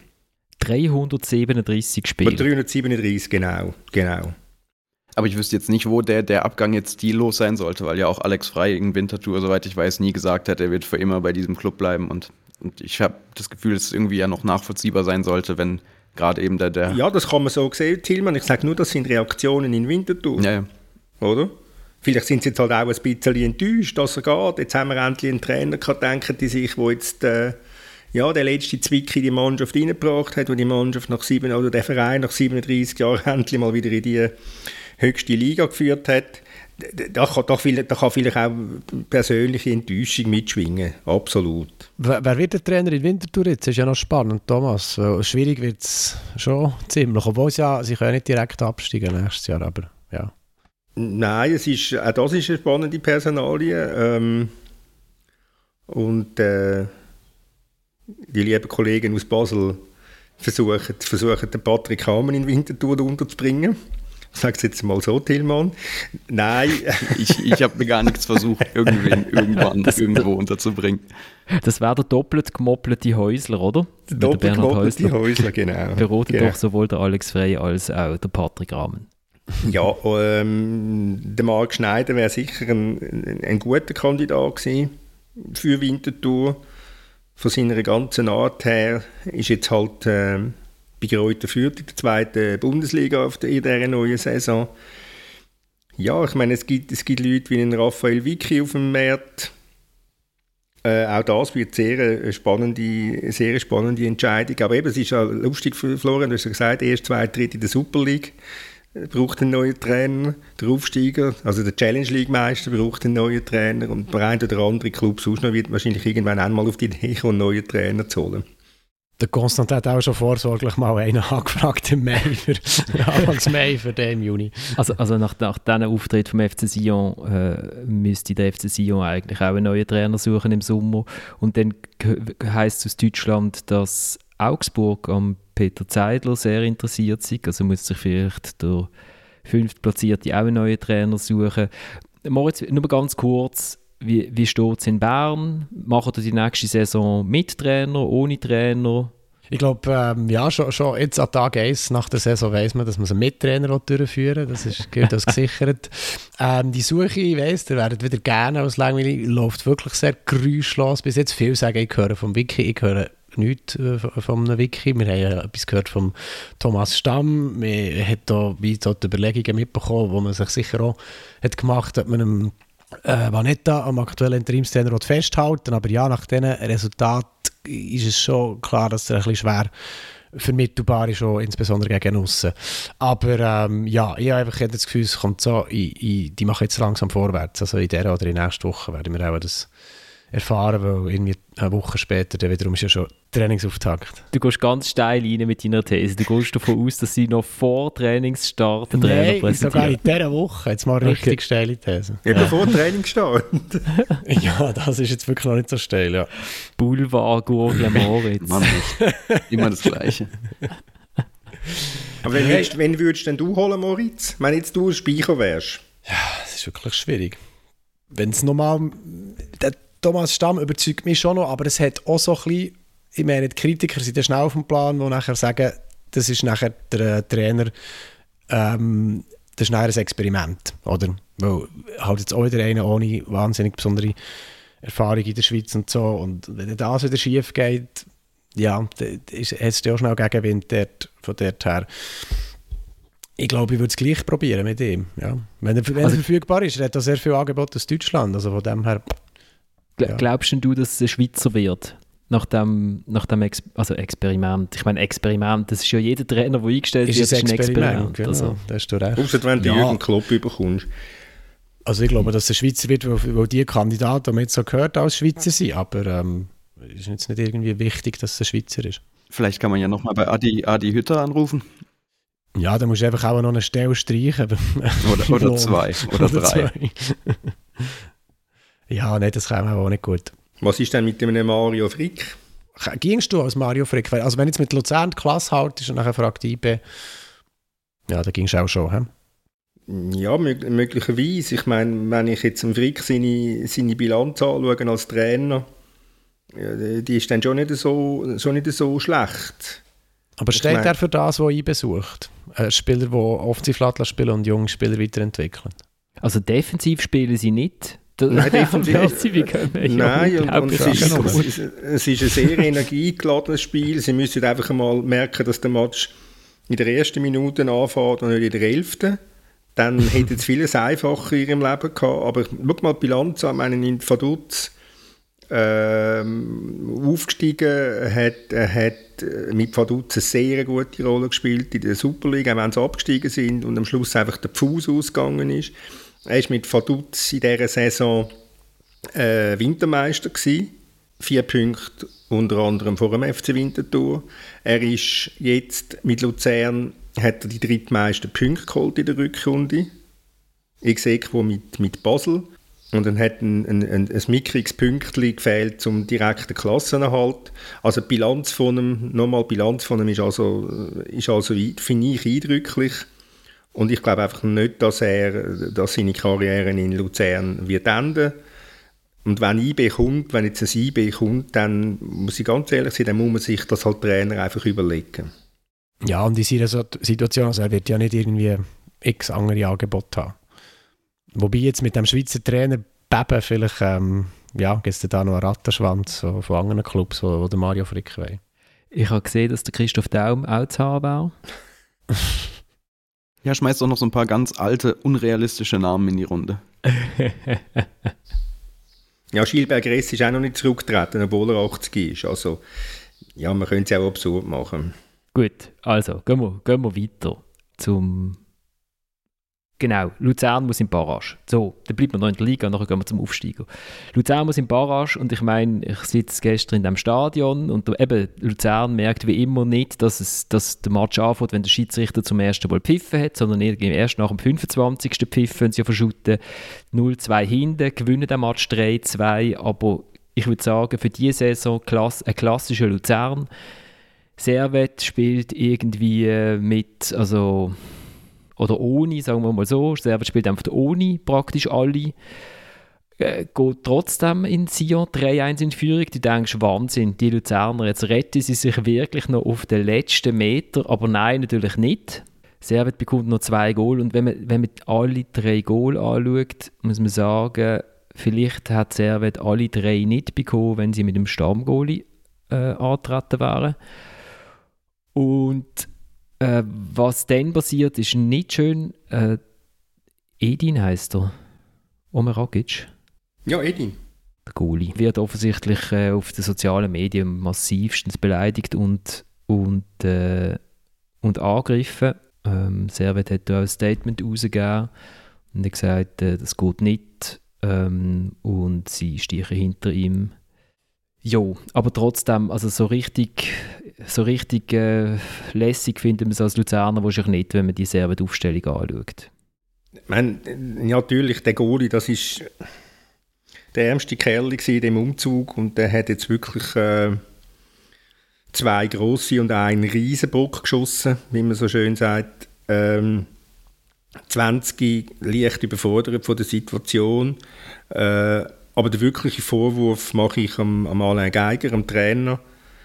337 Spiele. 337, genau. Aber ich wüsste jetzt nicht, wo der Abgang jetzt stillos sein sollte, weil ja auch Alex Frey in Winterthur, soweit ich weiß, nie gesagt hat, er wird für immer bei diesem Club bleiben. Und ich habe das Gefühl, dass es irgendwie ja noch nachvollziehbar sein sollte, wenn gerade eben der... Ja, das kann man so sehen, Tillmann. Ich sage nur, das sind Reaktionen in Winterthur. Ja. Oder? Vielleicht sind sie jetzt halt auch ein bisschen enttäuscht, dass er geht. Jetzt haben wir endlich einen Trainer gehabt, denken die sich, der jetzt der letzte Zwick in die Mannschaft reingebracht hat, wo die Mannschaft der Verein nach 37 Jahren endlich mal wieder in die höchste Liga geführt hat. Da kann vielleicht auch persönliche Enttäuschung mitschwingen, absolut. Wer wird der Trainer in Winterthur jetzt? Das ist ja noch spannend, Thomas. Schwierig wird es schon ziemlich, obwohl sie können nicht direkt absteigen nächstes Jahr, aber ja. Nein, auch das ist eine spannende Personalie. Und die lieben Kollegen aus Basel versuchen den Patrick Hamann in Winterthur unterzubringen. Sag es jetzt mal so, Tillmann. Nein. Ich habe mir gar nichts versucht, irgendwo unterzubringen. Das wäre der doppelt gemoppelte Häusler, oder? Der doppelt gemoppelte Häusler, genau. Beratet doch sowohl der Alex Frey als auch der Patrick Rahmen. Ja, der Marc Schneider wäre sicher ein guter Kandidat gewesen für Winterthur. Von seiner ganzen Art her ist jetzt halt... bei bei Greuther Fürth in der 2. Bundesliga in dieser neuen Saison. Ja, ich meine, es gibt Leute wie einen Raphael Vicky auf dem Markt. Auch das wird sehr spannende Entscheidung. Aber eben, es ist ja lustig für Florian, du hast ja gesagt, erst 2 Dritte in der Super League braucht einen neuen Trainer. Der Aufsteiger, also der Challenge League Meister, braucht einen neuen Trainer. Und der eine oder andere Club sonst noch wird wahrscheinlich irgendwann einmal auf die Idee kommen, einen neuen Trainer zu holen. Der Konstantin hat auch schon vorsorglich mal einen angefragt im Mai, Anfangs Mai für den im Juni. Also nach diesem Auftritt vom FC Sion müsste der FC Sion eigentlich auch einen neuen Trainer suchen im Sommer. Und dann heisst es aus Deutschland, dass Augsburg am Peter Zeidler sehr interessiert ist. Also muss sich vielleicht der 5. Platzierte auch einen neuen Trainer suchen. Moritz, nur ganz kurz, wie steht es in Bern? Macht ihr die nächste Saison mit Trainer, ohne Trainer? Ich glaube, schon jetzt an Tag 1 nach der Saison weiss man, dass man einen Mittrainer durchführen will. Das gilt als gesichert. Die Suche, ich weiss, ihr werdet wieder gerne als langweilig, läuft wirklich sehr geräuschlos. Bis jetzt viel sagen, ich höre vom Wiki, ich höre nichts von einem Wiki. Wir haben ja etwas gehört von Thomas Stamm. Man hat da wie so die Überlegungen mitbekommen, wo man sich sicher auch hat gemacht hat, ob man einem Vanetta am aktuellen Interimstrainer festhalten. Aber ja, nach diesen Resultaten ist es schon klar, dass er ein bisschen schwer vermittelbar ist, auch insbesondere gegen aussen. Aber ich habe einfach das Gefühl, es kommt so, die machen jetzt langsam vorwärts. Also in dieser oder in der nächsten Woche werden wir auch das erfahren, weil irgendwie eine Woche später dann wiederum ist ja schon Trainingsauftakt. Du gehst ganz steil rein mit deiner These. Du gehst davon aus, dass sie noch vor Trainingsstart den Trainer präsentieren. Sogar in dieser Woche. Jetzt mal richtig steile These. Eben vor Trainingsstart. Ja, das ist jetzt wirklich noch nicht so steil, ja. Boulevard-Gurgel Moritz. Mann, nicht. Immer das Gleiche. Aber wenn würdest denn du holen, Moritz? Wenn jetzt du ein Speicher wärst? Ja, das ist wirklich schwierig. Wenn es normal... Thomas Stamm überzeugt mich schon noch, aber es hat auch so ein bisschen, ich meine, die Kritiker sind ja schnell auf dem Plan, die nachher sagen, das ist nachher der Trainer, das ist nachher ein Experiment, oder? Weil halt jetzt auch wieder einer ohne wahnsinnig besondere Erfahrung in der Schweiz und so, und wenn das wieder schief geht, ja, dann hat es ja auch schnell Gegenwind von dort her. Ich glaube, ich würde es gleich probieren mit ihm, ja. Wenn er verfügbar ist, er hat da sehr viel Angebot aus Deutschland, also von dem her... Ja. Glaubst du, dass es ein Schweizer wird? Nach dem Experiment. Ich meine, Experiment, das ist ja jeder Trainer, der eingestellt wird, ist ein Experiment. Genau, also. da hast du recht. Außer wenn du Jürgen Klopp bekommst. Also ich glaube, dass es ein Schweizer wird, weil die Kandidaten, die man jetzt so gehört, als Schweizer sind. Aber es ist jetzt nicht irgendwie wichtig, dass es ein Schweizer ist. Vielleicht kann man ja nochmal bei Adi Hütter anrufen. Ja, da musst du einfach auch noch eine Stelle streichen. Oder 2 oder 3. Ja, nein, das käme auch nicht gut. Was ist denn mit einem Mario Frick? Gingst du als Mario Frick? Also wenn jetzt mit Luzern die Klasse haltest und nachher fragt die IB, ja, da gingst du auch schon, he? Ja, möglicherweise. Ich meine, wenn ich jetzt dem Frick seine Bilanz anschaue als Trainer, die ist dann schon nicht so schlecht. Aber steht er für das, was IB sucht? Spieler, die Offensivlattler spielen und junge Spieler weiterentwickeln? Also defensiv spielen sie nicht. Nein, definitiv. Nein, und es ist ein sehr energiegeladenes Spiel. Sie müssen einfach mal merken, dass der Match in der ersten Minute anfängt und nicht in der 11. Dann hätten sie vieles einfacher in ihrem Leben gehabt. Aber schau mal die Bilanz an. Ich meine, in Vaduz aufgestiegen hat mit Vaduz eine sehr gute Rolle gespielt in der Super League, auch wenn sie abgestiegen sind und am Schluss einfach der Pfuß ausgegangen ist. Er war mit Vaduz in dieser Saison Wintermeister gewesen. 4 Punkte unter anderem vor dem FC Winterthur. Er ist jetzt mit Luzern, hat er die drittmeisten Punkte geholt in der Rückrunde. Ich sehe wo mit Basel. Und dann hat ein mickriges Pünktchen gefehlt zum direkten Klassenerhalt. Also die Bilanz von ihm ist also finde ich eindrücklich. Und ich glaube einfach nicht, dass seine Karriere in Luzern wird enden. Und wenn jetzt ein IB kommt, dann muss ich ganz ehrlich sein, dann muss man sich das als Trainer einfach überlegen. Ja, und in seiner Situation, also er wird ja nicht irgendwie x andere Angebote haben. Wobei jetzt mit dem Schweizer Trainer Beben vielleicht, gibt es da noch einen Rattenschwanz von anderen Clubs, wo der Mario Frick will. Ich habe gesehen, dass der Christoph Daum auch zu haben war. Ja, schmeißt auch noch so ein paar ganz alte, unrealistische Namen in die Runde. Ja, Gilbert Gress ist auch noch nicht zurückgetreten, obwohl er 80 ist. Also, ja, man könnte es auch absurd machen. Gut, also gehen wir weiter zum... Genau, Luzern muss in Barrage. So, dann bleibt man noch in der Liga und nachher gehen wir zum Aufsteiger. Luzern muss in Barrage und ich meine, ich sitze gestern in diesem Stadion und eben Luzern merkt wie immer nicht, dass der Match anfängt, wenn der Schiedsrichter zum ersten Mal pfiffen hat, sondern irgendwie erst nach dem 25. Pfiff, wenn sie verschutten, 0-2 hinten, gewinnen den Match 3-2, aber ich würde sagen, für diese Saison ein klassischer Luzern. Servet spielt irgendwie mit, also... oder ohne, sagen wir mal so. Servet spielt einfach ohne praktisch alle. Geht trotzdem in Sion 3-1 in Führung. Du denkst, Wahnsinn, die Luzerner, jetzt retten sie sich wirklich noch auf den letzten Meter. Aber nein, natürlich nicht. Servet bekommt noch 2 Goal. Und wenn man alle 3 Goal anschaut, muss man sagen, vielleicht hat Servet alle 3 nicht bekommen, wenn sie mit dem Stammgoalie antreten wären. Und was dann passiert, ist nicht schön. Edin heisst er. Omer Rakic. Ja, Edin. Der Goalie. Wird offensichtlich auf den sozialen Medien massivstens beleidigt und angegriffen. Servet hat da ein Statement rausgegeben und hat gesagt, das geht nicht. Und sie stehen hinter ihm. Jo, aber trotzdem, also so richtig lässig findet man es als Luzerner wahrscheinlich nicht, wenn man die Servet-Aufstellung anschaut. Ich meine, natürlich, der Goalie, das ist der ärmste Kerl in dem Umzug und der hat jetzt wirklich 2 grosse und einen riesen Bock geschossen, wie man so schön sagt. 20 leicht überfordert von der Situation. Aber den wirklichen Vorwurf mache ich am Alain Geiger, am Trainer,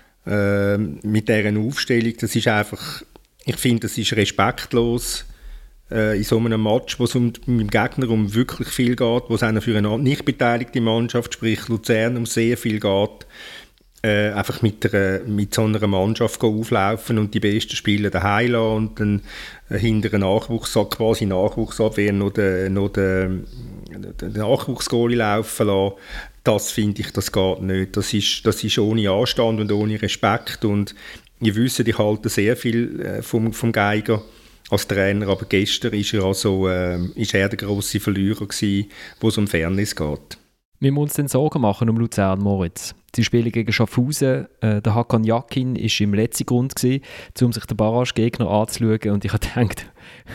mit dieser Aufstellung. Das ist einfach, ich finde, das ist respektlos in so einem Match, wo es mit dem Gegner um wirklich viel geht, wo es auch für eine nicht beteiligte Mannschaft, sprich Luzern, um sehr viel geht, einfach mit so einer Mannschaft auflaufen und die besten Spieler daheim lassen und dann hinter einem Nachwuchsabwehr noch den Nachwuchsgoalie laufen lassen. Das finde ich, das geht nicht. Das ist ohne Anstand und ohne Respekt und ich wüsste, ich halte sehr viel vom Geiger als Trainer, aber gestern ist er der grosse Verlierer gewesen, wo es um Fairness geht. Wir müssen uns dann Sorgen machen um Luzern, Moritz. Sie spielen gegen Schaffhausen. Der Hakan Yakin war im letzten Grund, um sich den Barrage-Gegner anzuschauen. Und ich habe gedacht,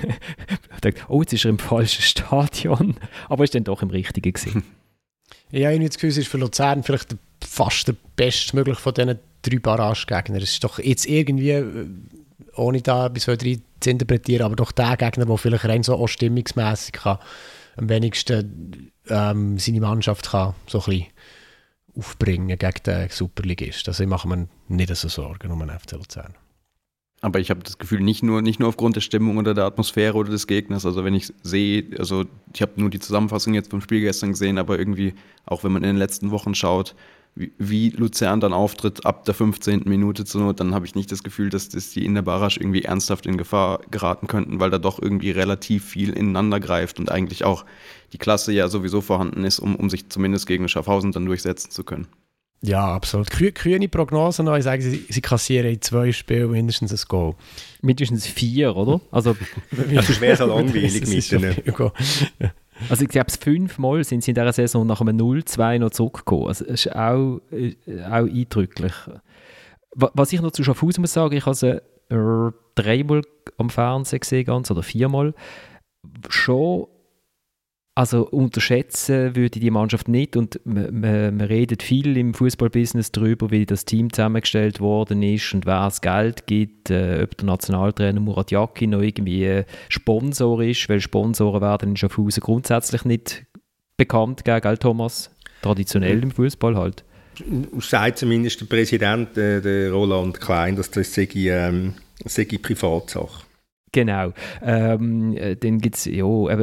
oh, jetzt ist er im falschen Stadion. Aber ist dann doch im richtigen gewesen. Ja, ich habe das Gefühl, es ist für Luzern vielleicht fast der bestmögliche von diesen 3 Barrage-Gegnern. Es ist doch jetzt irgendwie, ohne da etwas zu interpretieren, aber doch der Gegner, der vielleicht rein so auch stimmungsmässig kann, am wenigsten seine Mannschaft kann so ein bisschen aufbringen gegen den Superligist. Also ich mache mir nicht so Sorgen um den FC Luzern. Aber ich habe das Gefühl, nicht nur aufgrund der Stimmung oder der Atmosphäre oder des Gegners, also wenn ich sehe, also ich habe nur die Zusammenfassung jetzt vom Spiel gestern gesehen, aber irgendwie, auch wenn man in den letzten Wochen schaut, wie Luzern dann auftritt ab der 15. Minute zur Not, dann habe ich nicht das Gefühl, dass die in der Barrage irgendwie ernsthaft in Gefahr geraten könnten, weil da doch irgendwie relativ viel ineinander greift und eigentlich auch die Klasse ja sowieso vorhanden ist, um sich zumindest gegen Schaffhausen dann durchsetzen zu können. Ja, absolut. Kühne Prognosen noch. Ich sage, sie kassieren in 2 Spielen mindestens ein Goal. Mindestens 4, oder? Also wäre so langweilig mit denen. Also ich glaube, 5 Mal sind sie in dieser Saison nach einem 0-2 noch zurückgekommen. Also das ist auch eindrücklich. Was ich noch zu Schaffhausen muss sagen, ich habe sie 3 Mal am Fernsehen gesehen, oder 4 Mal. Schon, also unterschätzen würde ich die Mannschaft nicht und man redet viel im Fußballbusiness darüber, wie das Team zusammengestellt worden ist und wer es Geld gibt, ob der Nationaltrainer Murat Yakin noch irgendwie Sponsor ist, weil Sponsoren werden in Schaffhausen grundsätzlich nicht bekannt, gell, Thomas? Traditionell im Fußball halt. Sagt zumindest der Präsident, der Roland Klein, dass das sei Privatsache. Genau. Dann gibt es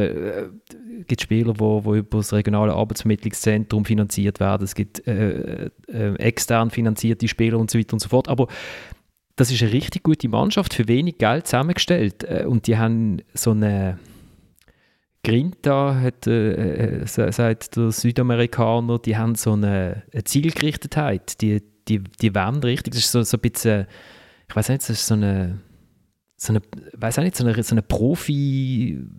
Spieler, die über das regionale Arbeitsvermittlungszentrum finanziert werden. Es gibt extern finanzierte Spieler und so weiter und so fort. Aber das ist eine richtig gute Mannschaft, für wenig Geld zusammengestellt. Und die haben so eine Grinta, sagt der Südamerikaner, die haben so eine Zielgerichtetheit. Die wollen richtig. Das ist so ein bisschen, ich weiß nicht, das ist so eine Profi-Truppe,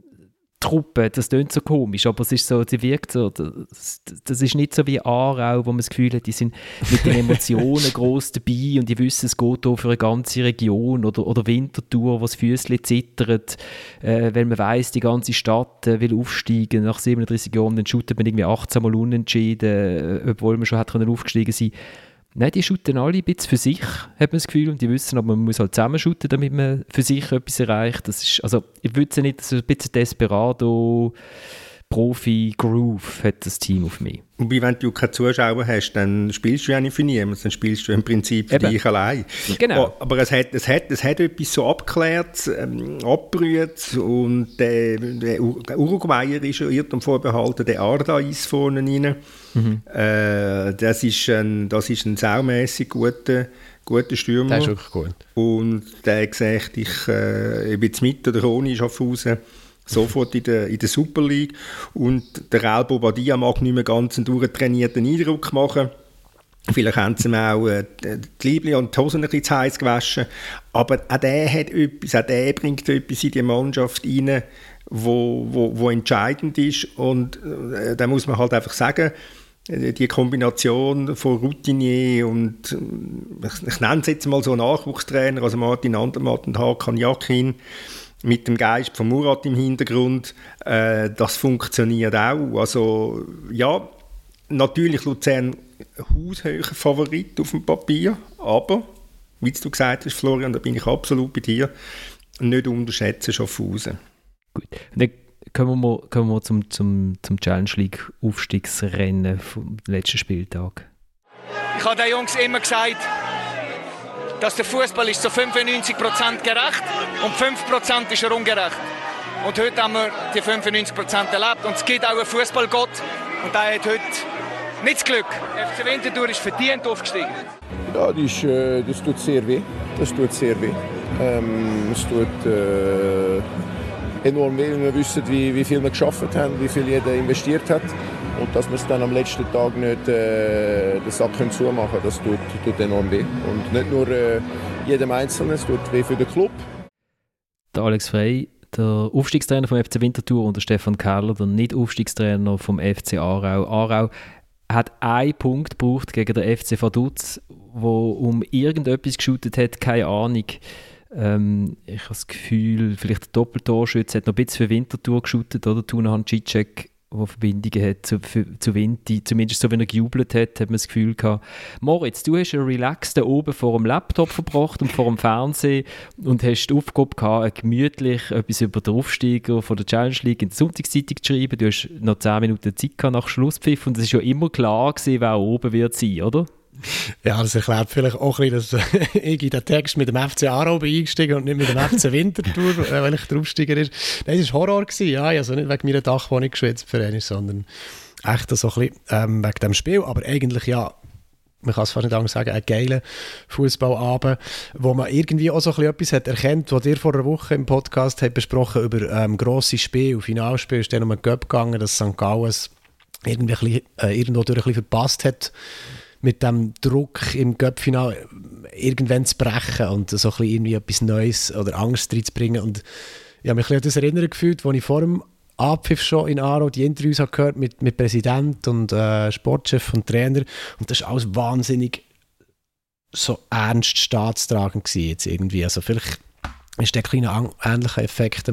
das klingt so komisch, aber es ist so, die wirkt so, das ist nicht so wie Aarau, wo man das Gefühl hat, die sind mit den Emotionen gross dabei und die wissen, es geht hier für eine ganze Region, oder Winterthur, wo das Füßchen zittert, wenn man weiss, die ganze Stadt will aufsteigen, nach 37 Jahren, dann shootet man irgendwie 18 Mal unentschieden, obwohl man schon hat aufgestiegen sein. Nein, die shooten alle ein bisschen für sich, hat man das Gefühl, und die wissen, aber man muss halt zusammen shooten, damit man für sich etwas erreicht. Das ist, also ich würde es nicht, so ein bisschen Desperado, Profi-Groove hat das Team auf mich. Wobei, wenn du keine Zuschauer hast, dann spielst du ja nicht für niemanden, dann spielst du im Prinzip für dich allein. Genau. Aber es hat etwas so abgeklärt, abgerührt, und der Uruguayer ist Irrtum vorbehalten, der Ardais vorne rein. Das ist ein saumässig guter Stürmer. Der ist wirklich gut. Und der hat gesagt, ich bin jetzt mit oder ohne Schaffhausen sofort in der Super League. Und der Real Bobadilla mag nicht mehr ganz einen durchtrainierten Eindruck machen. Vielleicht haben sie ihm auch die Liebli und die Hosen ein bisschen zu heiß gewaschen. Aber auch der hat etwas, auch der bringt etwas in die Mannschaft rein, wo entscheidend ist. Und da muss man halt einfach sagen, die Kombination von Routinier und, ich nenne es jetzt mal so Nachwuchstrainer, also Martin Andermatt und Hakan Yakin, mit dem Geist von Murat im Hintergrund, das funktioniert auch. Also ja, natürlich Luzern haushöher Favorit auf dem Papier, aber, wie du gesagt hast, Florian, da bin ich absolut bei dir, nicht unterschätzen Schaffhausen. Gut, und dann kommen wir zum Challenge League Aufstiegsrennen vom letzten Spieltag. Ich habe den Jungs immer gesagt, dass der Fußball ist zu 95% gerecht und 5% ist er ungerecht. Und heute haben wir die 95% erlebt. Und es gibt auch einen Fußballgott und der hat heute nicht das Glück. FC Winterthur ist verdient aufgestiegen. Ja, das tut sehr weh. Es tut enorm weh, wenn wir wissen, wie viel wir geschafft haben, wie viel jeder investiert hat. Und dass wir es dann am letzten Tag nicht den Sack zumachen können, das tut enorm weh. Und nicht nur jedem Einzelnen, es tut weh für den Club. Der Alex Frey, der Aufstiegstrainer vom FC Winterthur, und der Stefan Keller, der Nicht-Aufstiegstrainer vom FC Aarau. Aarau hat einen Punkt gebraucht gegen den FC Vaduz, wo um irgendetwas geshootet hat, keine Ahnung. Ich habe das Gefühl, vielleicht der Doppeltorschütze hat noch ein bisschen für Winterthur geshootet, oder? Tunahan Cicek, der Verbindungen hat zu Vinti, zumindest so, wenn er gejubelt hat man das Gefühl gehabt. Moritz, du hast einen relaxten oben vor dem Laptop verbracht und vor dem Fernsehen und hast die Aufgabe gehabt, gemütlich etwas über den Aufsteiger von der Challenge League in der Sonntagszeitung zu schreiben. Du hast noch 10 Minuten Zeit gehabt nach Schlusspfiff und es war ja immer klar gewesen, wer oben wird sein, oder? Ja, das erklärt vielleicht auch ein bisschen, dass ich in den Text mit dem FC Aarau bin eingestiegen und nicht mit dem FC Winterthur, weil ich der Aufsteiger ist. Nein, es war Horror gewesen, ja. Also nicht wegen meiner Dachwohnung geschwitzt für einen, sondern echt so ein bisschen wegen dem Spiel. Aber eigentlich, ja, man kann es fast nicht anders sagen, ein geiler Fußballabend, wo man irgendwie auch so ein bisschen etwas hat erkannt, was ihr vor einer Woche im Podcast habt besprochen über grosse Spiele, Finalspiel, ist dann um den Cup gegangen, dass St. Gallen es irgendwie irgendwo durch ein bisschen verpasst hat, mit dem Druck im Cup-Final irgendwann zu brechen und so ein bisschen irgendwie etwas Neues oder Angst reinzubringen. Und ich habe mich ein bisschen an das erinnern gefühlt, als ich vor dem Abpfiff schon in Aarau die Interviews habe gehört mit Präsident und Sportchef und Trainer. Und das war alles wahnsinnig so ernst staatstragend gewesen jetzt irgendwie. Also vielleicht ist der kleine ähnliche Effekt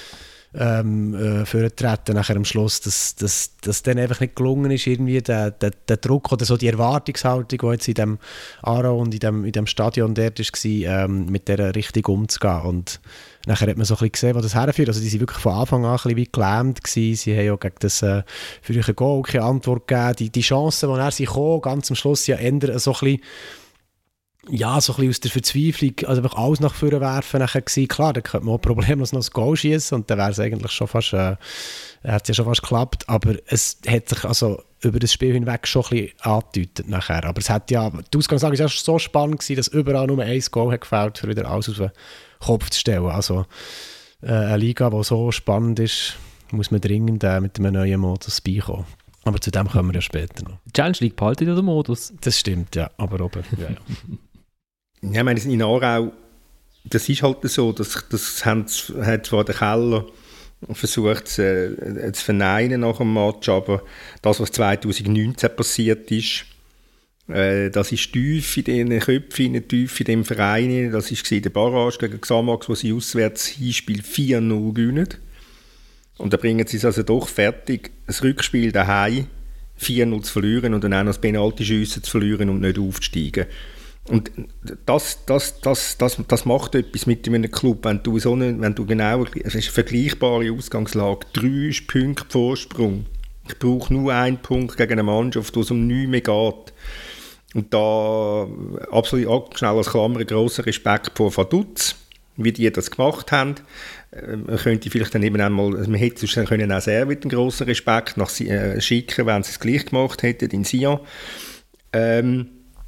vortreten nachher am Schluss, dass dann einfach nicht gelungen ist, irgendwie der Druck oder so die Erwartungshaltung, die jetzt in dem Aarau und in dem Stadion dort war, mit der richtig umzugehen. Und nachher hat man so ein bisschen gesehen, wo das herführt. Also die waren wirklich von Anfang an ein bisschen wie gelähmt gewesen. Sie haben ja gegen das frühe Goal keine Antwort gegeben. Die Chancen, die er sich kam, ganz am Schluss ja ändern so ein bisschen ja, so ein bisschen aus der Verzweiflung, also einfach alles nach vorne werfen nachher gewesen. Klar, dann könnte man auch problemlos noch das Goal schießen und dann wäre es eigentlich schon fast, hat es ja schon fast geklappt, aber es hat sich also über das Spiel hinweg schon ein bisschen angedeutet nachher. Aber es hat ja, die Ausgangslage war ja so spannend gewesen, dass überall nur ein Goal hat gefällt, für wieder alles auf den Kopf zu stellen. Also eine Liga, die so spannend ist, muss man dringend mit einem neuen Modus beikommen. Aber zu dem kommen wir ja später noch. Challenge League behaltet ja den Modus. Das stimmt, ja, aber oben. Ja. Ja, ich meine, in Aarau, das ist halt so, das hat zwar der Keller versucht zu verneinen nach dem Match, aber das, was 2019 passiert ist, das ist tief in den Köpfen, tief in dem Verein. Das war der Barrage gegen Xamax, wo sie auswärts Hinspiel 4-0 gewinnen. Und da bringen sie es also doch fertig, das Rückspiel daheim 4-0 zu verlieren und dann auch noch das Penaltyschiessen zu verlieren und nicht aufzusteigen. Und das macht etwas mit einem Club, wenn du genau, es ist eine vergleichbare Ausgangslage, 3 Punkte Vorsprung. Ich brauche nur einen Punkt gegen eine Mannschaft, wo es um nichts mehr geht. Und da absolut schnell als Klammer grosser Respekt vor Vaduz, wie die das gemacht haben. Man könnte vielleicht dann eben einmal, man hätte sonst können auch sehr mit einem grossen Respekt nach schicken, wenn sie es gleich gemacht hätten in Sion. Ein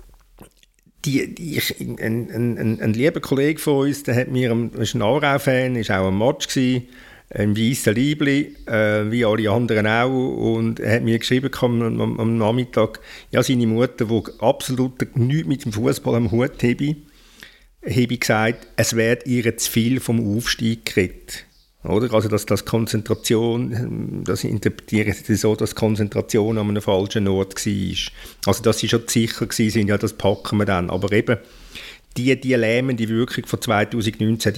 lieber Kollege von uns, der hat mir, ist ein Aarau-Fan, ist auch ein Match gewesen, ein weisser Liebli, wie alle anderen auch, und er hat mir geschrieben am Nachmittag, ja, seine Mutter, die absolut nichts mit dem Fußball am Hut habe gesagt, es wird ihr zu viel vom Aufstieg geredet. Oder? Also, dass Konzentration, das interpretiere ich so, dass Konzentration an einem falschen Ort war. Also, dass sie schon sicher waren, ja, das packen wir dann. Aber eben, die lähmende Wirkung von 2019, die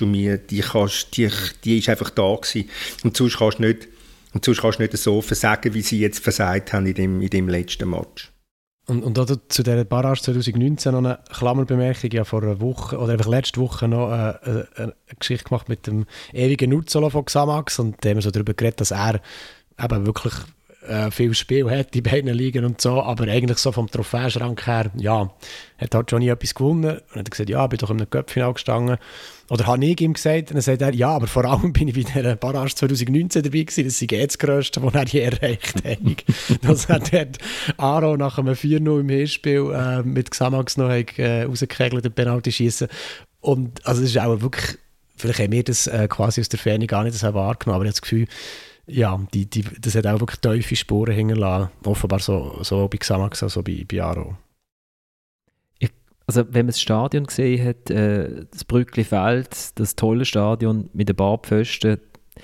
ist einfach da gewesen. Und sonst kannst du nicht so versagen, wie sie jetzt versagt haben in dem letzten Match. Und zu dieser Barrage 2019 noch eine Klammerbemerkung. Ja, vor einer Woche, oder einfach letzte Woche noch eine Geschichte gemacht mit dem ewigen Nutzolo von Xamax, und da haben wir so darüber geredet, dass er eben wirklich viel Spiel hat in beiden Ligen und so, aber eigentlich so vom Trophäenschrank her, ja, hat halt schon nie etwas gewonnen. Und hat gesagt, ja, ich bin doch in einem Cup-Final gestanden. Oder habe ich ihm gesagt, und dann sagt er, ja, aber vor allem bin ich bei der Barrage 2019 dabei gewesen, das ist das Grösste, was er je erreicht hat. Das hat Aro nach einem 4-0 im Hinspiel mit Xamax noch rausgekegelt, den Penalty-Schiessen. Und also es ist auch wirklich, vielleicht haben wir das quasi aus der Ferne gar nicht so wahrgenommen, aber ich habe das Gefühl, ja, das hat auch wirklich tiefe Spuren hinterlassen, offenbar so bei Xamax, also bei Aro. Also wenn man das Stadion gesehen hat, das Brückli-Feld, das tolle Stadion mit den Barpfosten,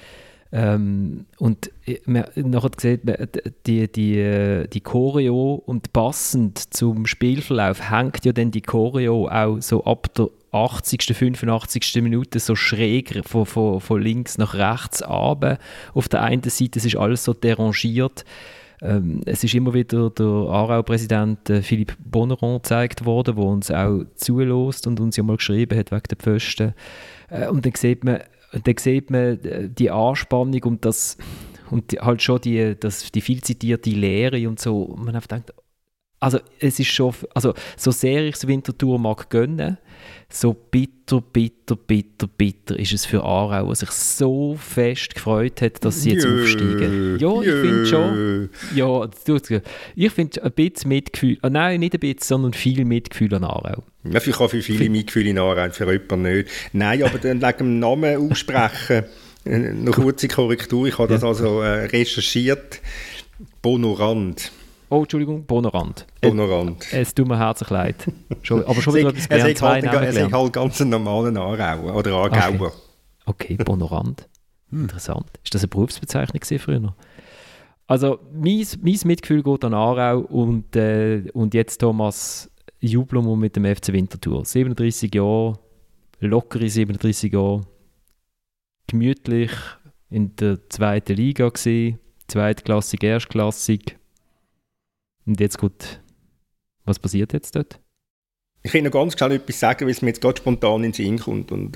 und man nachher sieht man die Choreo, und passend zum Spielverlauf hängt ja dann die Choreo auch so ab der 80., 85. Minute so schräg von links nach rechts runter. Auf der einen Seite, es ist alles so derangiert. Es ist immer wieder der Aarau-Präsident Philippe Bonneron gezeigt worden, der uns auch zulässt und uns ja mal geschrieben hat wegen der Pfosten. Und dann sieht man die Anspannung und halt schon die viel zitierte Leere und so. Und man einfach denkt, also es ist schon, also so sehr ich es Winterthur mag gönnen, so bitter ist es für Aarau, was sich so fest gefreut hat, dass sie jetzt aufsteigen. Ja, ich finde schon. Ja, ich finde ein bisschen Mitgefühl, nein, nicht ein bisschen, sondern viel Mitgefühl an Aarau. Ja, ich habe für viele Mitgefühl in Aarau, für jemanden nicht. Nein, aber dann wegen dem Namen aussprechen, eine kurze Korrektur, ich habe das also recherchiert. Bonorand. Oh, Entschuldigung, Bonorand. Es tut mir herzlich leid. Aber schon wieder etwas gelernt. Er ist halt ganz ein normaler Aarauer oder Aargauer. Okay, Bonorand. Interessant. Ist das eine Berufsbezeichnung früher? Also, mein Mitgefühl geht an Aarau und jetzt Thomas Jublum mit dem FC Winterthur. 37 Jahre, lockere 37 Jahre, gemütlich in der zweiten Liga gewesen, zweitklassig, erstklassig. Und jetzt gut, was passiert jetzt dort? Ich kann noch ganz schnell etwas sagen, weil es mir jetzt gerade spontan in den Sinn kommt. Und,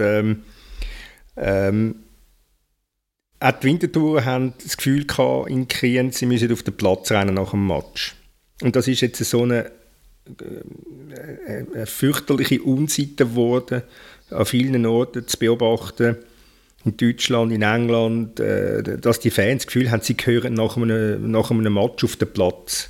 auch die Winterthurer haben das Gefühl gehabt, in Kriens, sie müssen auf den Platz rennen nach dem Match. Und das ist jetzt so eine eine fürchterliche Unsitte geworden, an vielen Orten zu beobachten, in Deutschland, in England, dass die Fans das Gefühl haben, sie gehören nach einem Match auf den Platz.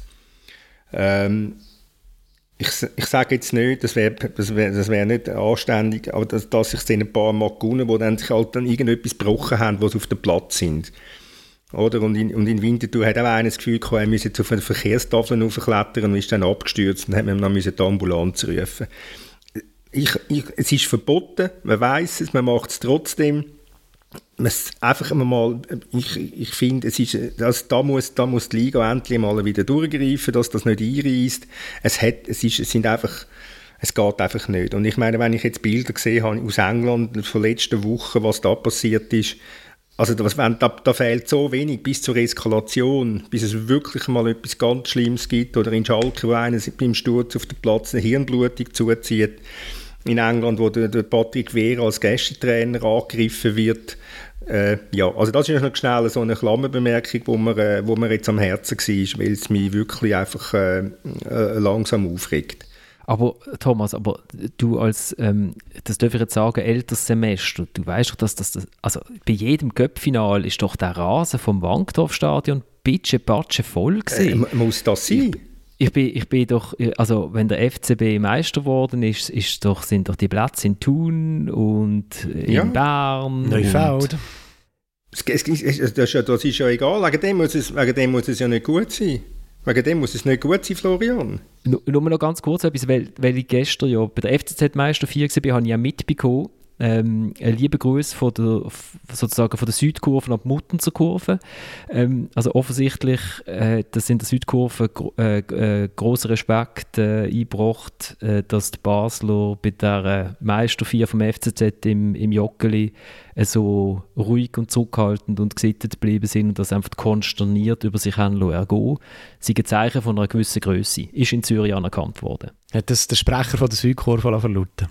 Ich sage jetzt nicht, das wär nicht anständig, aber dass ich ein paar Mal gewonnen, die dann sich halt dann irgendetwas gebrochen haben, wo sie auf dem Platz sind. Oder? Und in Winterthur hat auch einer das Gefühl gehabt, er müsse jetzt auf eine Verkehrstafel raufklettern und ist dann abgestürzt und hat man dann die Ambulanz rufen. Es ist verboten, man weiss es, man macht es trotzdem. Ich finde, da muss die Liga endlich mal wieder durchgreifen, dass das nicht einreisst. Es geht einfach nicht. Und ich meine, wenn ich jetzt Bilder gesehen habe aus England von letzter Woche, was da passiert ist, also da fehlt so wenig bis zur Eskalation, bis es wirklich mal etwas ganz Schlimmes gibt, oder in Schalke, wo einer beim Sturz auf den Platz eine Hirnblutung zuzieht. In England, wo der Patrick Vieira als Gästetrainer angegriffen wird. Also das ist noch schnell so eine Klammerbemerkung, wo mir jetzt am Herzen war, weil es mich wirklich einfach langsam aufregt. Aber Thomas, du als, das darf ich jetzt sagen, älteres Semester, du weißt doch, dass also bei jedem Cup-Final ist doch der Rasen vom Wankdorf-Stadion Pitsche-Patsche voll gewesen. Muss das sein? Ich bin doch, also wenn der FCB Meister geworden ist, sind doch die Plätze in Thun und in Bern. Neufeld. Das ist ja egal, wegen dem muss es ja nicht gut sein. Wegen dem muss es nicht gut sein, Florian. Nur noch ganz kurz etwas, weil ich gestern ja bei der FCZ-Meister 4 war, habe ich ja mitbekommen, einen lieben Gruß von der Südkurve nach die Muttenzer Kurve. Also offensichtlich, das in der Südkurve grosser Respekt eingebracht, dass die Basler bei der Meister 4 vom FCZ im Joggeli so ruhig und zurückhaltend und gesittet geblieben sind und das einfach konsterniert über sich ergehen. Das sind ein Zeichen von einer gewissen Grösse. Ist in Zürich anerkannt worden. Hat das der Sprecher von der Südkurve verlauten?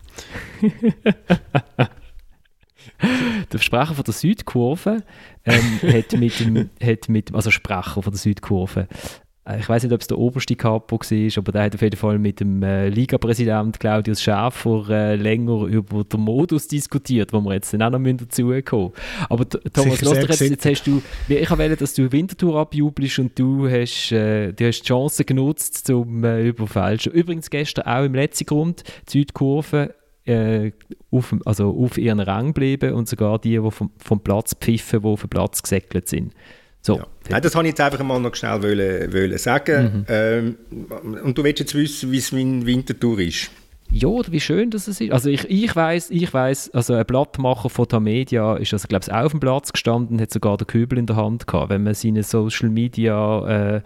Der Sprecher von der Südkurve hat mit dem Sprecher von der Südkurve, ich weiß nicht, ob es der oberste Capo war, aber der hat auf jeden Fall mit dem Liga-Präsident Claudius Schäfer länger über den Modus diskutiert, wo wir jetzt dann auch noch dazukommen müssen. Aber Thomas, jetzt hast du, ich wollte, dass du Winterthur abjubelst und du hast die Chance genutzt, um überfälschen. Übrigens gestern auch im letzten Grund die Südkurve auf ihren Rang bleiben und sogar die vom Platz pfiffen, die auf den Platz gesegelt sind. So. Ja. Nein, das wollte ich jetzt einfach mal noch schnell wollen sagen. Und du willst jetzt wissen, wie es in Winterthur ist? Ja, oder wie schön das ist. Also ich weiss, also ein Blattmacher von Tamedia ist also, glaube ich, auch auf dem Platz gestanden und hat sogar den Kübel in der Hand gehabt, wenn man seine Social Media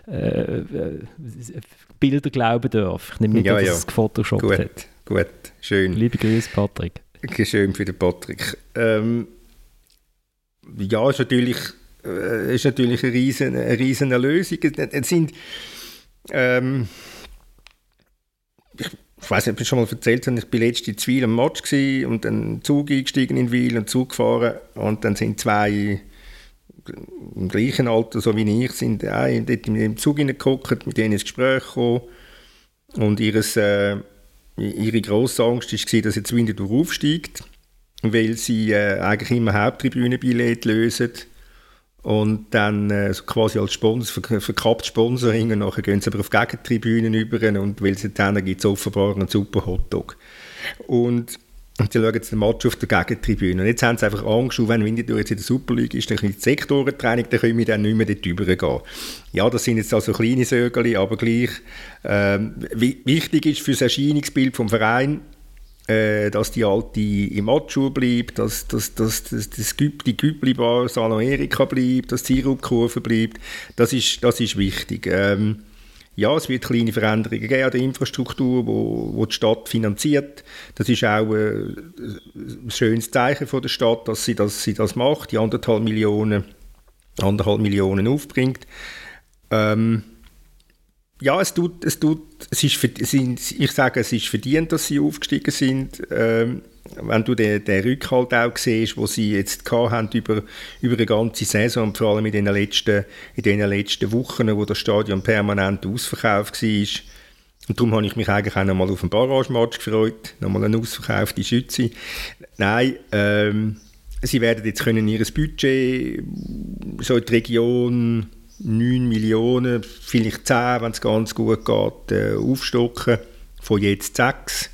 Bilder glauben darf. Ich nehme nicht an, dass es gefotoshoppt hat. Gut, schön. Liebe Grüße, Patrick. Schön für den Patrick. Ja, ist natürlich eine riesen Lösung. Es sind, ich weiß nicht, ob ich schon mal erzählt habe, ich war letztens in Wil am Match gewesen und dann Zug eingestiegen in Wil und Zug gefahren und dann sind zwei im gleichen Alter, so wie ich, sind dort in den Zug hineingeguckt, mit denen ins Gespräch gekommen und ihre grosse Angst war, dass jetzt Winterthur aufsteigt, weil sie eigentlich immer Haupttribünenbillett lösen und dann so quasi als Sponsor, verkappt Sponsoring und nachher gehen sie aber auf Gegentribünen über und weil sie dann gibt es offenbar einen super Hotdog. Und sie schauen jetzt den Match auf der Gegentribüne. Und jetzt haben sie einfach Angst, wenn Winterthur jetzt in der Super League ist, dann in die Sektorentraining, dann können wir dann nicht mehr dort rübergehen. Ja, das sind jetzt also kleine Sögerli, aber gleich wichtig ist für das Erscheinungsbild vom Verein, dass die Alte im Matchschuh bleibt, dass die Güppli-Bar Sano Erika bleibt, dass die Sirupkurve bleibt. Das ist wichtig. Ja, es wird kleine Veränderungen geben an der Infrastruktur, wo die Stadt finanziert. Das ist auch ein schönes Zeichen von der Stadt, dass sie das macht, die 1,5 Millionen aufbringt. Ja, ich sage, es ist verdient, dass sie aufgestiegen sind. Wenn du den Rückhalt auch siehst, den sie jetzt hatten über eine ganze Saison und vor allem in den letzten Wochen, wo das Stadion permanent ausverkauft war, Und darum habe ich mich eigentlich auch noch mal auf einen Barrage-Match gefreut, noch mal eine ausverkaufte Schütze. Nein, sie werden jetzt können ihr Budget so in die Region 9 Millionen, vielleicht 10, wenn es ganz gut geht, aufstocken, von jetzt 6.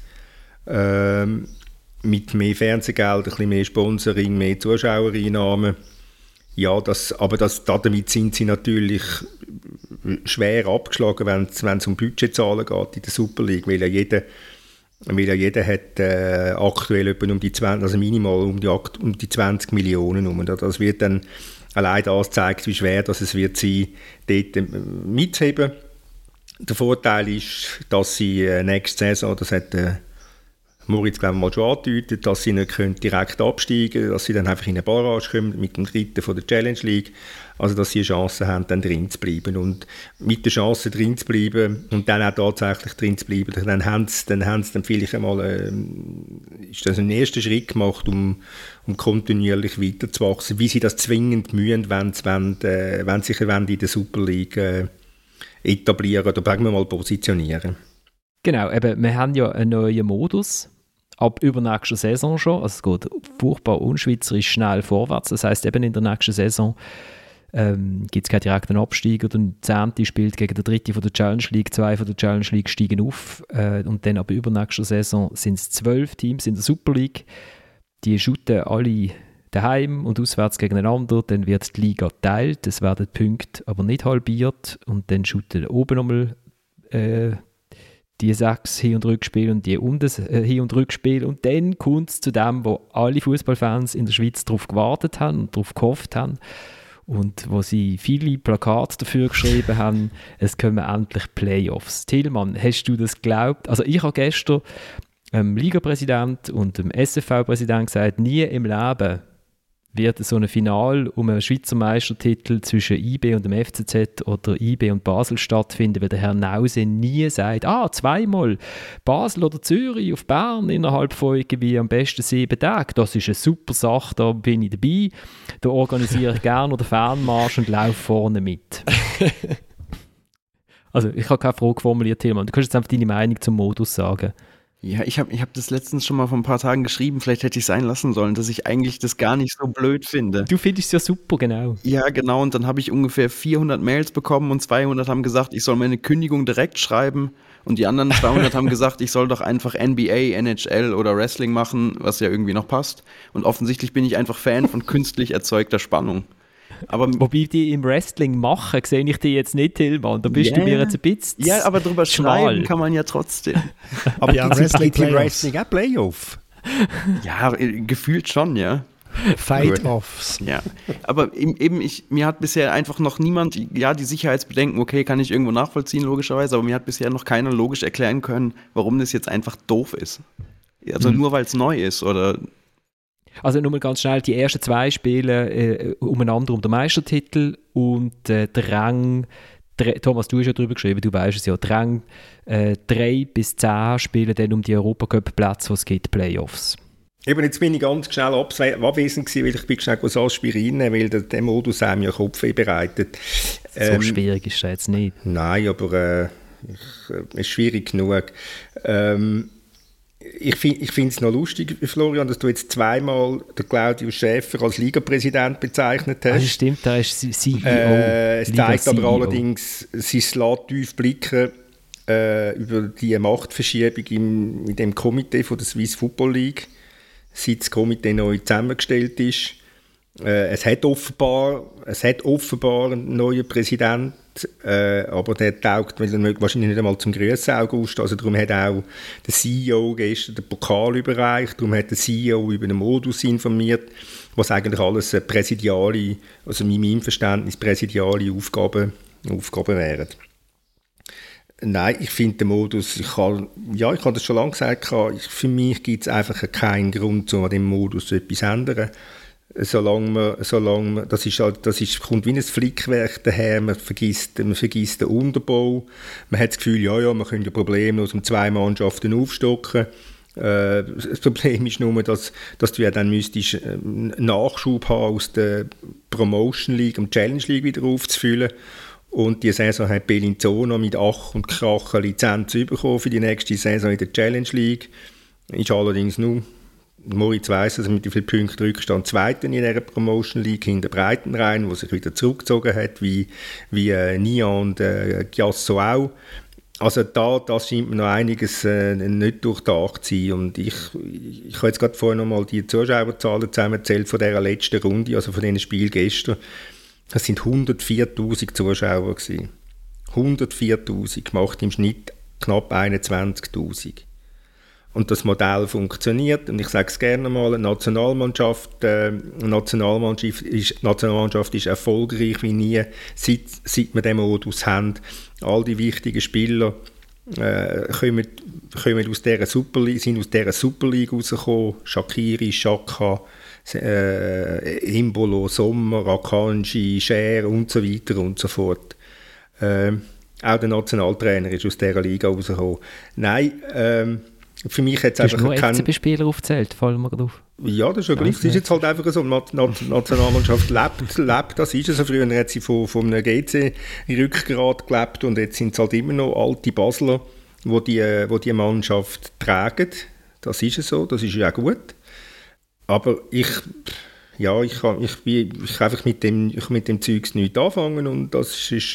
Mit mehr Fernsehgeld, ein bisschen mehr Sponsoring, mehr Zuschauereinnahmen. Ja, damit sind sie natürlich schwer abgeschlagen, wenn es um Budgetzahlen geht in der Super League, weil ja jeder hat aktuell etwa um die 20, also minimal um die 20 Millionen rum. Das wird dann allein das zeigt, wie schwer das es wird sein, dort mitzuheben. Der Vorteil ist, dass sie nächste Saison, das hat Moritz, glaube ich, mal schon angedeutet, dass sie nicht direkt absteigen können, dass sie dann einfach in eine Barrage kommen mit dem Dritten von der Challenge League. Also, dass sie eine Chance haben, dann drin zu bleiben. Und mit der Chance drin zu bleiben und dann auch tatsächlich drin zu bleiben, dann haben sie dann vielleicht einmal ist das ein erster Schritt gemacht, um kontinuierlich weiterzuwachsen, wie sie das zwingend müssen, wenn sie sich in der Super League etablieren oder sagen wir mal positionieren. Genau, eben, wir haben ja einen neuen Modus ab übernächster Saison schon. Also es geht furchtbar unschweizerisch schnell vorwärts. Das heisst, eben in der nächsten Saison gibt es keinen direkten Abstieg oder ein 10. spielt gegen den 3. von der Challenge League, 2 von der Challenge League steigen auf und dann ab übernächster Saison sind es 12 Teams in der Super League. Die shooten alle daheim und auswärts gegeneinander, dann wird die Liga geteilt, es werden die Punkte aber nicht halbiert und dann shooten oben nochmal die 6 Hin- und Rückspiele und die Hin- und Rückspiele und dann kommt es zu dem, wo alle Fußballfans in der Schweiz darauf gewartet haben und darauf gehofft haben und wo sie viele Plakate dafür geschrieben haben, es kommen endlich Playoffs. Tillmann, hast du das geglaubt? Also ich habe gestern dem Ligapräsident und dem SFV-Präsident gesagt, nie im Leben wird so ein Final um einen Schweizer Meistertitel zwischen IB und dem FCZ oder IB und Basel stattfinden, weil der Herr Nause nie sagt, zweimal Basel oder Zürich auf Bern innerhalb von irgendwie am besten 7 Tagen. Das ist eine super Sache, da bin ich dabei. Da organisiere ich gerne den Fanmarsch und laufe vorne mit. Also ich habe keine Frage formuliert, Tilman. Du kannst jetzt einfach deine Meinung zum Modus sagen. Ja, ich hab das letztens schon mal vor ein paar Tagen geschrieben, vielleicht hätte ich es sein lassen sollen, dass ich eigentlich das gar nicht so blöd finde. Du findest es ja super, genau. Ja, genau, und dann habe ich ungefähr 400 Mails bekommen und 200 haben gesagt, ich soll meine Kündigung direkt schreiben und die anderen 200 haben gesagt, ich soll doch einfach NBA, NHL oder Wrestling machen, was ja irgendwie noch passt. Und offensichtlich bin ich einfach Fan von künstlich erzeugter Spannung. Aber wobei die im Wrestling machen, sehe ich die jetzt nicht, Tilman. Da bist du mir jetzt ein bisschen ja, aber drüber schreiben kann man ja trotzdem. Aber ja, Wrestling auch Playoff? Ja, gefühlt schon, ja. Fight-Offs. Ja, aber eben mir hat bisher einfach noch niemand, ja, die Sicherheitsbedenken, okay, kann ich irgendwo nachvollziehen, logischerweise, aber mir hat bisher noch keiner logisch erklären können, warum das jetzt einfach doof ist. Also nur weil es neu ist, oder... Also nur mal ganz schnell, die ersten 2 spielen umeinander um den Meistertitel und der Rang, Thomas, du hast ja drüber geschrieben, du weißt es ja, der Rang 3 bis 10 spielen dann um die Europacup-Plätze, die es gibt, Playoffs. Eben, jetzt bin ich ganz schnell abwesend gewesen, weil ich bin schnell Aspirin, weil der Modus einem ja Kopfweh bereitet. So schwierig ist das jetzt nicht. Nein, aber es ist schwierig genug. Ich finde es noch lustig, Florian, dass du jetzt zweimal den Claudio Schäfer als Ligapräsident bezeichnet hast. Das stimmt, da ist CEO. Es zeigt aber allerdings sein tief Blicken über die Machtverschiebung in dem Komitee von der Swiss Football League, seit das Komitee neu zusammengestellt ist. Es hat offenbar einen neuen Präsidenten, aber der taugt wahrscheinlich nicht einmal zum Grüssen August. Also darum hat auch der CEO gestern den Pokal überreicht, darum hat der CEO über den Modus informiert, was eigentlich alles präsidiale, also in meinem Verständnis präsidiale Aufgaben wären. Nein, ich finde den Modus, ich habe das schon lange gesagt, für mich gibt es einfach keinen Grund, um an dem Modus etwas zu ändern. Solange man, kommt wie ein Flickwerk daher, man vergisst den Unterbau, man hat das Gefühl, man könnte ja problemlos um 2 Mannschaften aufstocken. Das Problem ist nur, dass du ja dann müsstest einen Nachschub haben aus der Promotion League, um die Challenge League wieder aufzufüllen. Und die Saison hat Bellinzona mit Ach und Krach eine Lizenz bekommen für die nächste Saison in der Challenge League. Ist allerdings nur, Moritz weiss, dass er mit wie vielen Punkten Rückstand Zweiter in dieser Promotion League hinter Breitenrein, wo sich wieder zurückgezogen hat, wie Nia und Giasso auch. Also da scheint mir noch einiges nicht durchdacht zu sein. Und ich habe jetzt gerade vorhin noch mal die Zuschauerzahlen zusammengezählt von dieser letzten Runde, also von diesem Spiel gestern. Das sind 104'000 Zuschauer gewesen. 104'000 macht im Schnitt knapp 21'000. Und das Modell funktioniert. Und ich sage es gerne mal, eine Nationalmannschaft ist erfolgreich wie nie, seit wir diesen Modus haben. All die wichtigen Spieler kommen aus dieser sind aus dieser Super League rausgekommen. Shaqiri, Xhaka, Embolo, Sommer, Akanji, Scher und so weiter und so fort. Auch der Nationaltrainer ist aus dieser Liga rausgekommen. Nein, für mich hat es einfach nur FCB-Spieler aufgezählt, fallen wir drauf. Ja, das ist ja gleich. Es ist jetzt halt einfach so, die Nationalmannschaft lebt, das ist es. So. Früher hat sie von einem GC-Rückgrat gelebt und jetzt sind es halt immer noch alte Basler, die Mannschaft tragen. Das ist es so, das ist ja auch gut. Aber ich einfach mit dem Zeugs nichts anfangen und das ist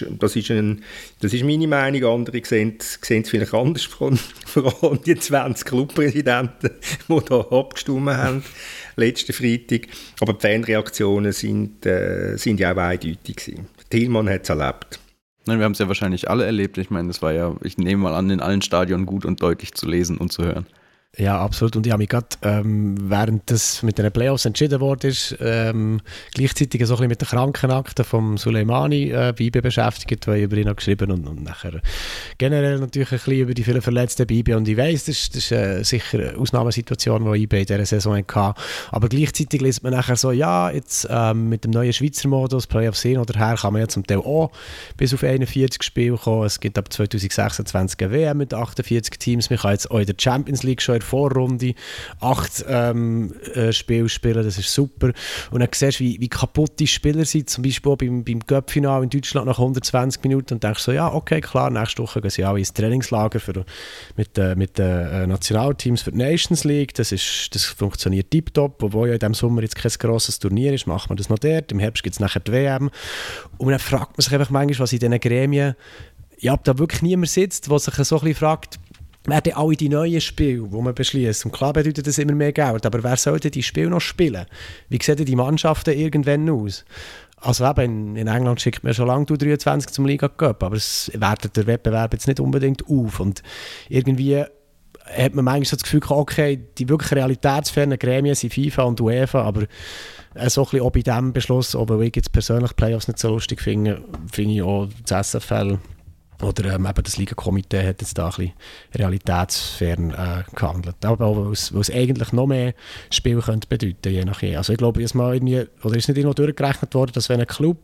meine Meinung. Andere sehen es vielleicht anders, vor allem die 20 Clubpräsidenten, die da abgestimmt haben letzten Freitag. Aber die Fanreaktionen sind ja auch eindeutig gewesen. Thielmann hat es erlebt. Nein, wir haben es ja wahrscheinlich alle erlebt. Ich meine, das war ja, ich nehme mal an, in allen Stadien gut und deutlich zu lesen und zu hören. Ja, absolut. Und ich habe mich gerade, während das mit den Playoffs entschieden worden ist, gleichzeitig so ein bisschen mit der Krankenakte von Suleimani bei IB beschäftigt, weil ich über ihn habe geschrieben und nachher generell natürlich ein bisschen über die vielen Verletzten bei IB. Und ich weiss, das ist sicher eine Ausnahmesituation, die IB in dieser Saison hatte. Aber gleichzeitig liest man nachher so, ja, jetzt mit dem neuen Schweizer Modus, Playoffs hin oder her, kann man ja zum Teil auch bis auf 41 Spiele kommen. Es gibt ab 2026 eine WM mit 48 Teams. Man kann jetzt auch in der Champions League schon in der Vorrunde 8 Spiele spielen, das ist super. Und dann siehst du, wie kaputt die Spieler sind, zum Beispiel auch beim Cup-Final in Deutschland nach 120 Minuten und denkst so, ja, okay, klar, nächste Woche gehen sie auch ins Trainingslager mit den Nationalteams für die Nations League, das funktioniert tiptop, obwohl ja in diesem Sommer jetzt kein grosses Turnier ist, macht man das noch dort, im Herbst gibt es nachher die WM. Und dann fragt man sich einfach manchmal, was in diesen Gremien, ja, ob da wirklich niemand sitzt, der sich so ein bisschen fragt, werden alle die neuen Spiele, die man beschließt. Und klar bedeutet das immer mehr Geld, aber wer sollte die Spiele noch spielen? Wie sehen die Mannschaften irgendwann aus? Also eben, in England schickt man schon lange U23 zum Liga Cup, aber es wertet der Wettbewerb jetzt nicht unbedingt auf. Und irgendwie hat man manchmal so das Gefühl, okay, die wirklich realitätsfernen Gremien sind FIFA und UEFA, aber so ein bisschen auch bei diesem Beschluss, obwohl ich jetzt persönlich Playoffs nicht so lustig finde ich auch das SFL oder eben das Liga-Komitee hat jetzt da ein bisschen realitätsfern gehandelt. Aber auch, weil es eigentlich noch mehr Spiel könnte bedeuten, je nachdem. Also ich glaube, ist nicht irgendwo durchgerechnet worden, dass wenn ein Club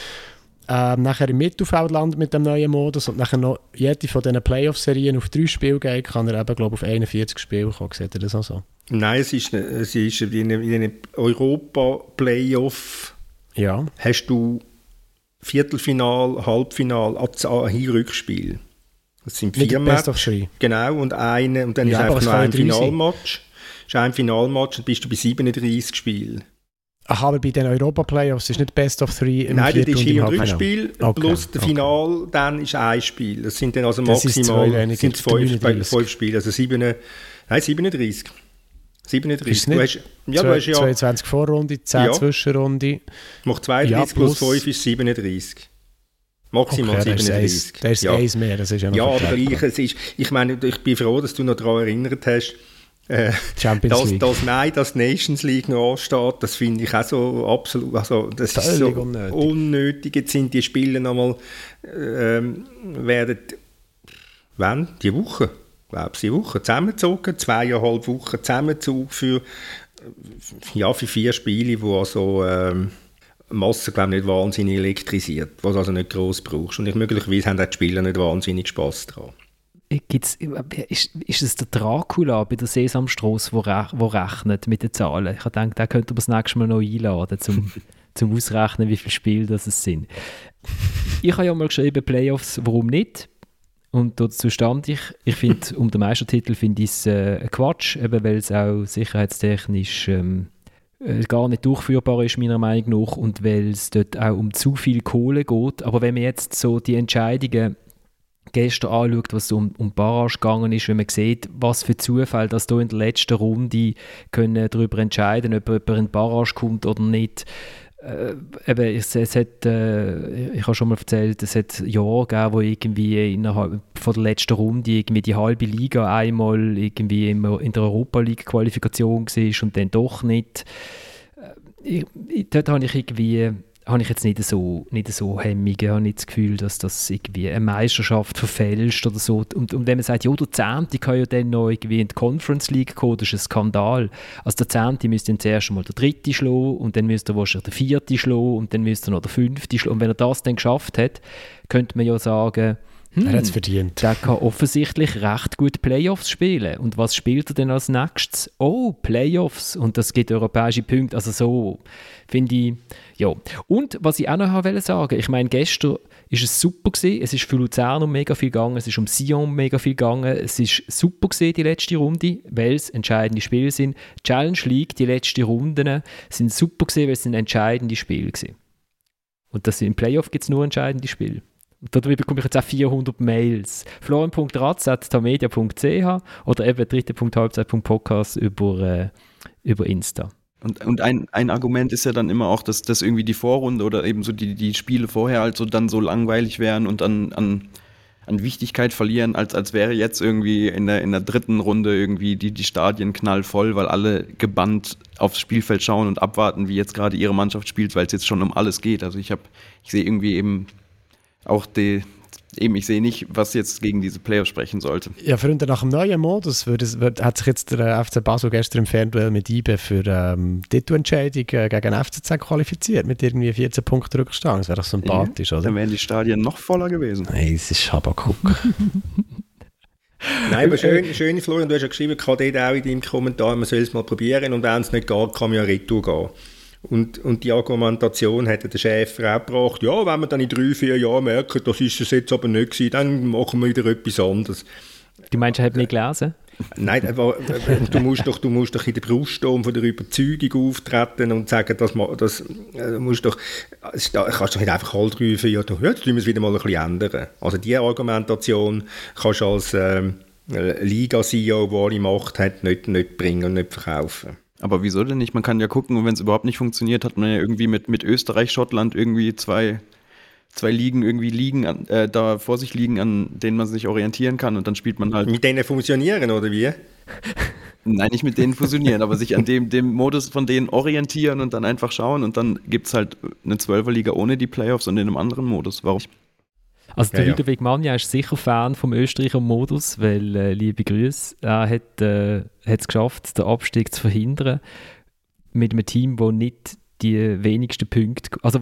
nachher im Mittelfeld landet mit dem neuen Modus und nachher noch jede von diesen Playoff-Serien auf 3 Spiele geht, kann er eben, glaube ich, auf 41 Spiele kommen. Seht ihr das auch so? Nein, es ist in einem Europa-Playoff hast du Viertelfinal, Halbfinal, Hin-Rückspiel. Das sind 4 Matches. Genau, und dann ist einfach noch ein Finalmatch. Ist ein Finalmatch und bist du bei 37 Spielen. Ach, aber bei den Europa-Playoffs ist nicht Best of 3 im Nein, das ist Hin- und Rückspiel plus das Final, dann ist ein Spiel. Das sind dann also maximal 5 Spiele, also 37. 37. Du hast 22 Vorrunde, 10 Zwischenrunde. Macht 32 plus 5 ist 37. Maximal 37. Das ist eins mehr, das ist ja noch aber ich meine, ich bin froh, dass du noch daran erinnert hast, dass Nations League noch ansteht, das finde ich auch so absolut, also das ist so unnötig. Jetzt sind die Spiele nochmal, werden, wann? Die Woche? Die Woche zusammengezogen, 2,5 Wochen Zusammenzug für 4 Spiele, wo also Masse, glaube ich, nicht wahnsinnig elektrisiert, was du also nicht gross brauchst. Und möglicherweise haben auch die Spieler nicht wahnsinnig Spass daran. Ist es der Dracula bei der Sesamstrasse, der rechnet mit den Zahlen? Ich denke, den könnte man das nächste Mal noch einladen, zum ausrechnen, wie viele Spiele das es sind. Ich habe ja mal geschrieben, Playoffs, warum nicht? Und dazu stand ich. Ich finde, um den Meistertitel finde ich es Quatsch, eben weil es auch sicherheitstechnisch gar nicht durchführbar ist, meiner Meinung nach, und weil es dort auch um zu viel Kohle geht. Aber wenn man jetzt so die Entscheidungen gestern anschaut, was um Barrage gegangen ist, wenn man sieht, was für Zufall, dass da in der letzten Runde können darüber entscheiden, ob jemand in die Barrage kommt oder nicht. Ich habe schon mal erzählt, es hat Jahre gegeben, wo irgendwie innerhalb von der letzten Runde irgendwie die halbe Liga einmal irgendwie in der Europa League Qualifikation war und dann doch nicht. Dort habe ich jetzt nicht so Hemmungen, habe nicht das Gefühl, dass das irgendwie eine Meisterschaft verfälscht oder so. Und wenn man sagt, ja, der 10. kann ja dann noch irgendwie in die Conference League kommen, das ist ein Skandal. Also der 10. müsste dann zuerst mal der 3. schlagen und dann müsste er wahrscheinlich der 4. schlagen und dann müsste er noch der 5. schlagen. Und wenn er das dann geschafft hat, könnte man ja sagen, er hat es verdient. Der kann offensichtlich recht gut Playoffs spielen. Und was spielt er denn als nächstes? Oh, Playoffs. Und das gibt europäische Punkte. Also so, finde ich, ja. Und was ich auch noch sagen wollte, ich meine, gestern war es super gewesen. Es ist für Luzern um mega viel gegangen. Es ist um Sion um mega viel gegangen. Es ist super gewesen, die letzte Runde, weil es entscheidende Spiele sind. Challenge League, die letzten Runden sind super gewesen, weil es ein entscheidendes Spiel waren. Und im Playoff gibt es nur entscheidende Spiele. Darüber bekomme ich jetzt auch 400 Mails. florian.ratz@tamedia.ch oder eben 3.halbzeit.podcast über Insta. Und ein Argument ist ja dann immer auch, dass irgendwie die Vorrunde oder eben so die Spiele vorher also dann so langweilig wären und an Wichtigkeit verlieren, als wäre jetzt irgendwie in der dritten Runde irgendwie die Stadien knallvoll, weil alle gebannt aufs Spielfeld schauen und abwarten, wie jetzt gerade ihre Mannschaft spielt, weil es jetzt schon um alles geht. Also ich sehe irgendwie eben auch ich sehe nicht, was jetzt gegen diese Playoffs sprechen sollte. Ja, Freunde, nach dem neuen Modus hat sich jetzt der FC Basel gestern im Fernduell mit IBE für Titelentscheidung gegen FCZ qualifiziert, mit irgendwie 14 Punkten Rückstand. Das wäre doch sympathisch, oder? Dann wären die Stadien noch voller gewesen. Hey, es ist Habakuk. Nein, aber schön, Florian, du hast ja geschrieben, dort auch in deinem Kommentar, man soll es mal probieren und wenn es nicht geht, kann man ja retour gehen. Und die Argumentation hat der Chef auch gebracht, ja, wenn wir dann in 3-4 Jahren merken, das ist es jetzt aber nicht gewesen, dann machen wir wieder etwas anderes. Die Meinst du, er hat nicht gelesen? Nein, aber du musst doch in der Bruststurm von der Überzeugung auftreten und sagen, kannst doch nicht einfach alle 3-4 Jahre, ja, jetzt müssen wir es wieder mal ein bisschen ändern. Also diese Argumentation kannst du als Liga-CEO, der alle Macht hat, nicht bringen und nicht verkaufen. Aber wieso denn nicht? Man kann ja gucken, und wenn es überhaupt nicht funktioniert, hat man ja irgendwie mit Österreich, Schottland irgendwie zwei Ligen irgendwie da vor sich liegen, an denen man sich orientieren kann und dann spielt man halt... Mit denen fusionieren, oder wie? Nein, nicht mit denen fusionieren, aber sich an dem Modus von denen orientieren und dann einfach schauen und dann gibt es halt eine 12er-Liga ohne die Playoffs und in einem anderen Modus. Warum? Also der Ludovic Magna ist sicher Fan vom Österreicher Modus, weil, liebe Grüße, er hat es geschafft, den Abstieg zu verhindern mit einem Team, das nicht die wenigsten Punkte, also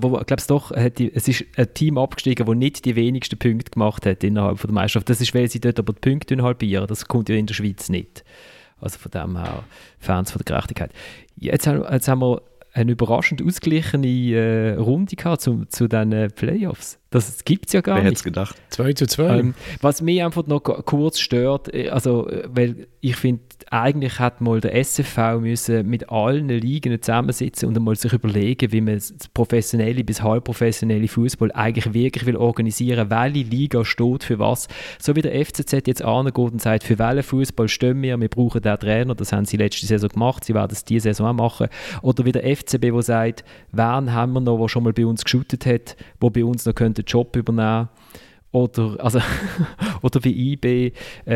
es ist ein Team abgestiegen, das nicht die wenigsten Punkte gemacht hat innerhalb von der Meisterschaft. Das ist, weil sie dort aber die Punkte halbieren. Das kommt ja in der Schweiz nicht. Also von dem her Fans von der Gerechtigkeit. Jetzt haben wir eine überraschend ausgeglichene Runde gehabt zu diesen Playoffs. Das gibt es ja gar nicht. Wer hätte es gedacht? 2-2. Was mich einfach noch kurz stört, also, weil ich finde, eigentlich hätte mal der SFV müssen mit allen Ligen zusammensitzen und einmal sich überlegen, wie man das professionelle bis halbprofessionelle Fußball eigentlich wirklich will organisieren, welche Liga steht für was. So wie der FCZ jetzt angeht und sagt, für welchen Fußball stehen wir brauchen den Trainer, das haben sie letzte Saison gemacht, sie werden es diese Saison auch machen. Oder wie der FCB, der sagt, wen haben wir noch, der schon mal bei uns geshootet hat, der bei uns noch den Job übernehmen könnte. Oder wie IB,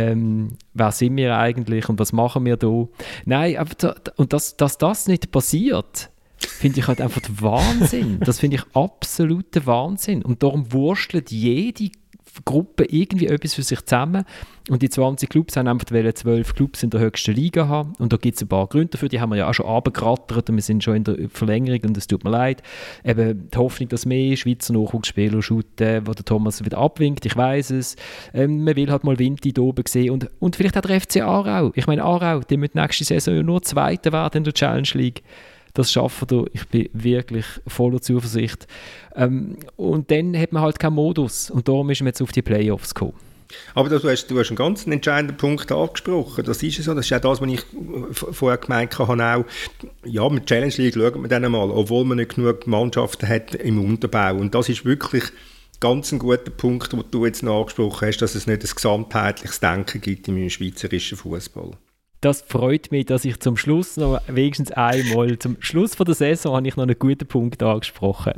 wer sind wir eigentlich und was machen wir da? Nein, aber dass das nicht passiert, finde ich halt einfach Wahnsinn. Das finde ich absoluter Wahnsinn. Und darum wurstelt jede Gruppe irgendwie etwas für sich zusammen. Und die 20 Clubs haben einfach 12 Clubs in der höchsten Liga haben. Und da gibt es ein paar Gründe dafür, die haben wir ja auch schon runtergerattert und wir sind schon in der Verlängerung und es tut mir leid. Eben die Hoffnung, dass mehr Schweizer Nachwuchsspieler shooten, wo der Thomas wieder abwinkt, ich weiss es. Man will halt mal Winti da oben sehen und vielleicht auch der FC Aarau. Ich meine, Aarau, die müssen nächste Saison ja nur Zweiter werden in der Challenge League. das schaffen wir. Ich bin wirklich voller Zuversicht. Und dann hat man halt keinen Modus. Und darum ist man jetzt auf die Playoffs gekommen. Aber du hast einen ganz entscheidenden Punkt angesprochen. Das ist so. Das ist auch das, was ich vorher gemeint habe. Auch, ja, mit Challenge League schaut man dann mal, obwohl man nicht genug Mannschaften hat im Unterbau. Und das ist wirklich ganz ein guter Punkt, den du jetzt noch angesprochen hast, dass es nicht ein gesamtheitliches Denken gibt im schweizerischen Fußball. Das freut mich, dass ich zum Schluss noch wenigstens einmal, zum Schluss von der Saison, habe ich noch einen guten Punkt angesprochen.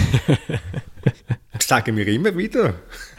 Das sagen wir immer wieder.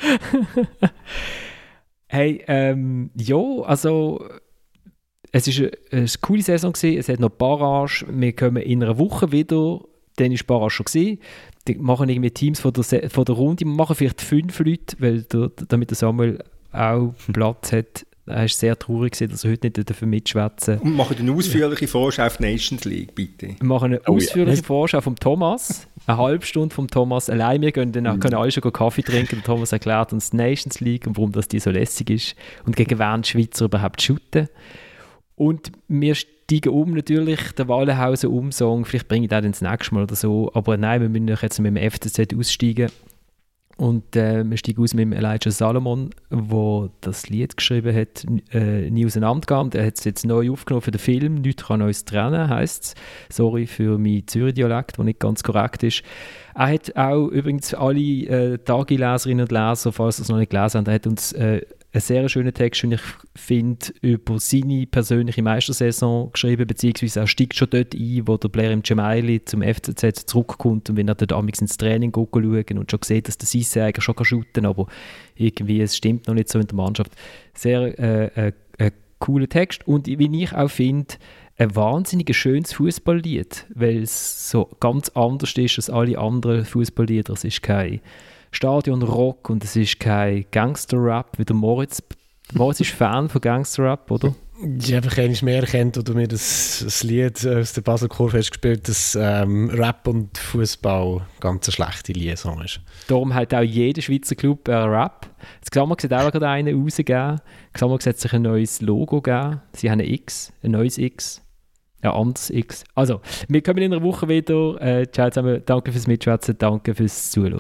Hey, ja, also es war eine coole Saison gewesen. Es hat noch Barrage, wir kommen in einer Woche wieder, dann war Barrage schon gewesen. Die machen irgendwie Teams von der Runde, wir machen vielleicht 5 Leute, weil damit der Samuel auch Platz hat. Er war sehr traurig, dass er heute nicht dafür mitschwätzen darf. Und machen eine ausführliche Vorschau auf die Nations League, bitte. Wir machen eine ausführliche Vorschau vom Thomas. Eine halbe Stunde vom Thomas allein. Wir können alle schon Kaffee trinken. Der Thomas erklärt uns die Nations League und warum das die so lässig ist. Und gegen wen die Schweizer überhaupt shooten. Und wir steigen natürlich, der Wallenhausen-Umsong. Vielleicht bringe ich das das nächste Mal oder so. Aber nein, wir müssen jetzt mit dem FCZ aussteigen. Und wir steigen aus mit dem Elijah Salomon, der das Lied geschrieben hat, «Nie auseinandergehen». Er hat es jetzt neu aufgenommen für den Film «Nichts kann uns trennen», heisst es. Sorry für meinen Zürich-Dialekt, der nicht ganz korrekt ist. Er hat auch übrigens alle Tagi-Leserinnen und Leser, falls ihr es noch nicht gelesen habt, er hat uns einen sehr schönen Text, den ich finde, über seine persönliche Meistersaison geschrieben, beziehungsweise er steigt schon dort ein, wo der Blair im Gemaili zum FCZ zurückkommt und wenn er dort amigs ins Training schaut und schon sieht, dass der Sisse eigentlich schon shooten kann, aber irgendwie, es stimmt noch nicht so in der Mannschaft. Sehr cooler Text und wie ich auch finde, ein wahnsinnig schönes Fußballlied, weil es so ganz anders ist als alle anderen Fußballlieder. Es ist kein Stadion-Rock und es ist kein Gangster-Rap wie der Moritz. Moritz ist Fan von Gangster-Rap, oder? Ja, einfach einmal mehr erkennt, oder mir das Lied aus der Basel-Kurve hast gespielt, dass Rap und Fußball ganz eine schlechte Liaison ist. Darum hat auch jeder Schweizer Club Rap. Das Xamax hat auch gerade einen rausgegeben. Xamax hat sich ein neues Logo gegeben. Sie haben ein neues X. Ein anderes X. Also, wir kommen in einer Woche wieder. Ciao zusammen. Danke fürs Mitschwätzen, danke fürs Zuhören.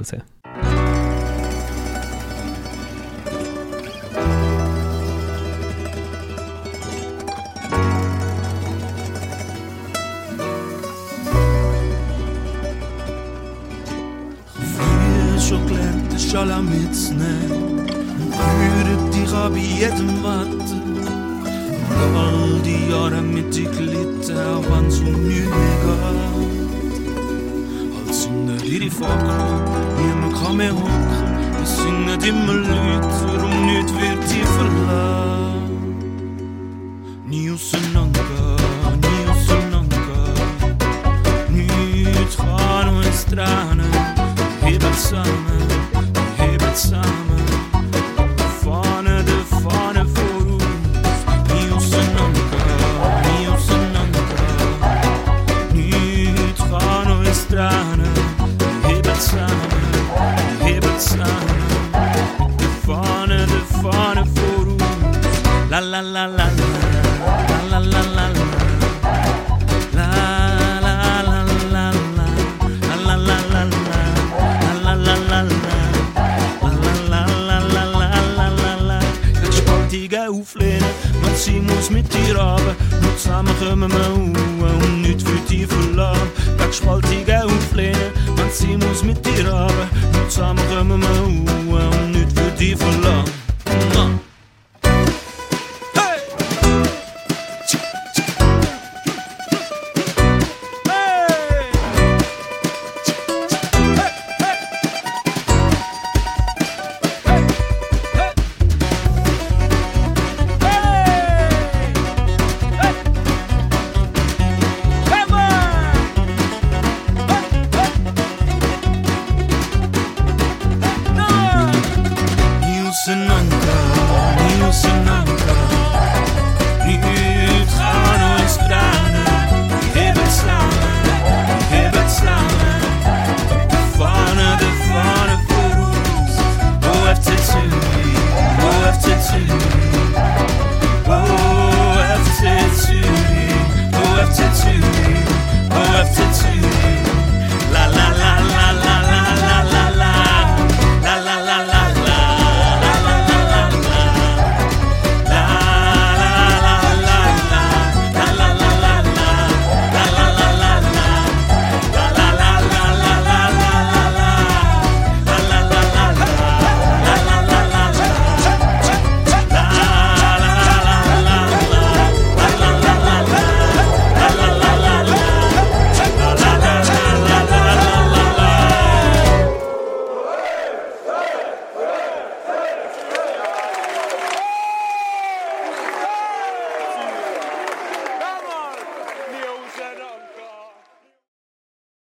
Alla mitnehmen und höre dich an bei jedem Wetter. Und all die Jahre mit dir gelitten, auch wenn es um nichts mehr geht. Als sind ihre Fackeln, niemand kann mehr hocken. Es sind nicht immer Leute, warum nichts wird dich verlassen. Nie auseinandergehen, nie auseinandergehen. Nichts kann uns trennen, heben zusammen. Zusammen, Fahne vor uns, nie auseinander, nichts kann uns trennen, heben zusammen, die Fahne vor uns, la la la la la la la la la. Auflehnen, man sie muss mit dir runter, nur zusammen kommen wir auf.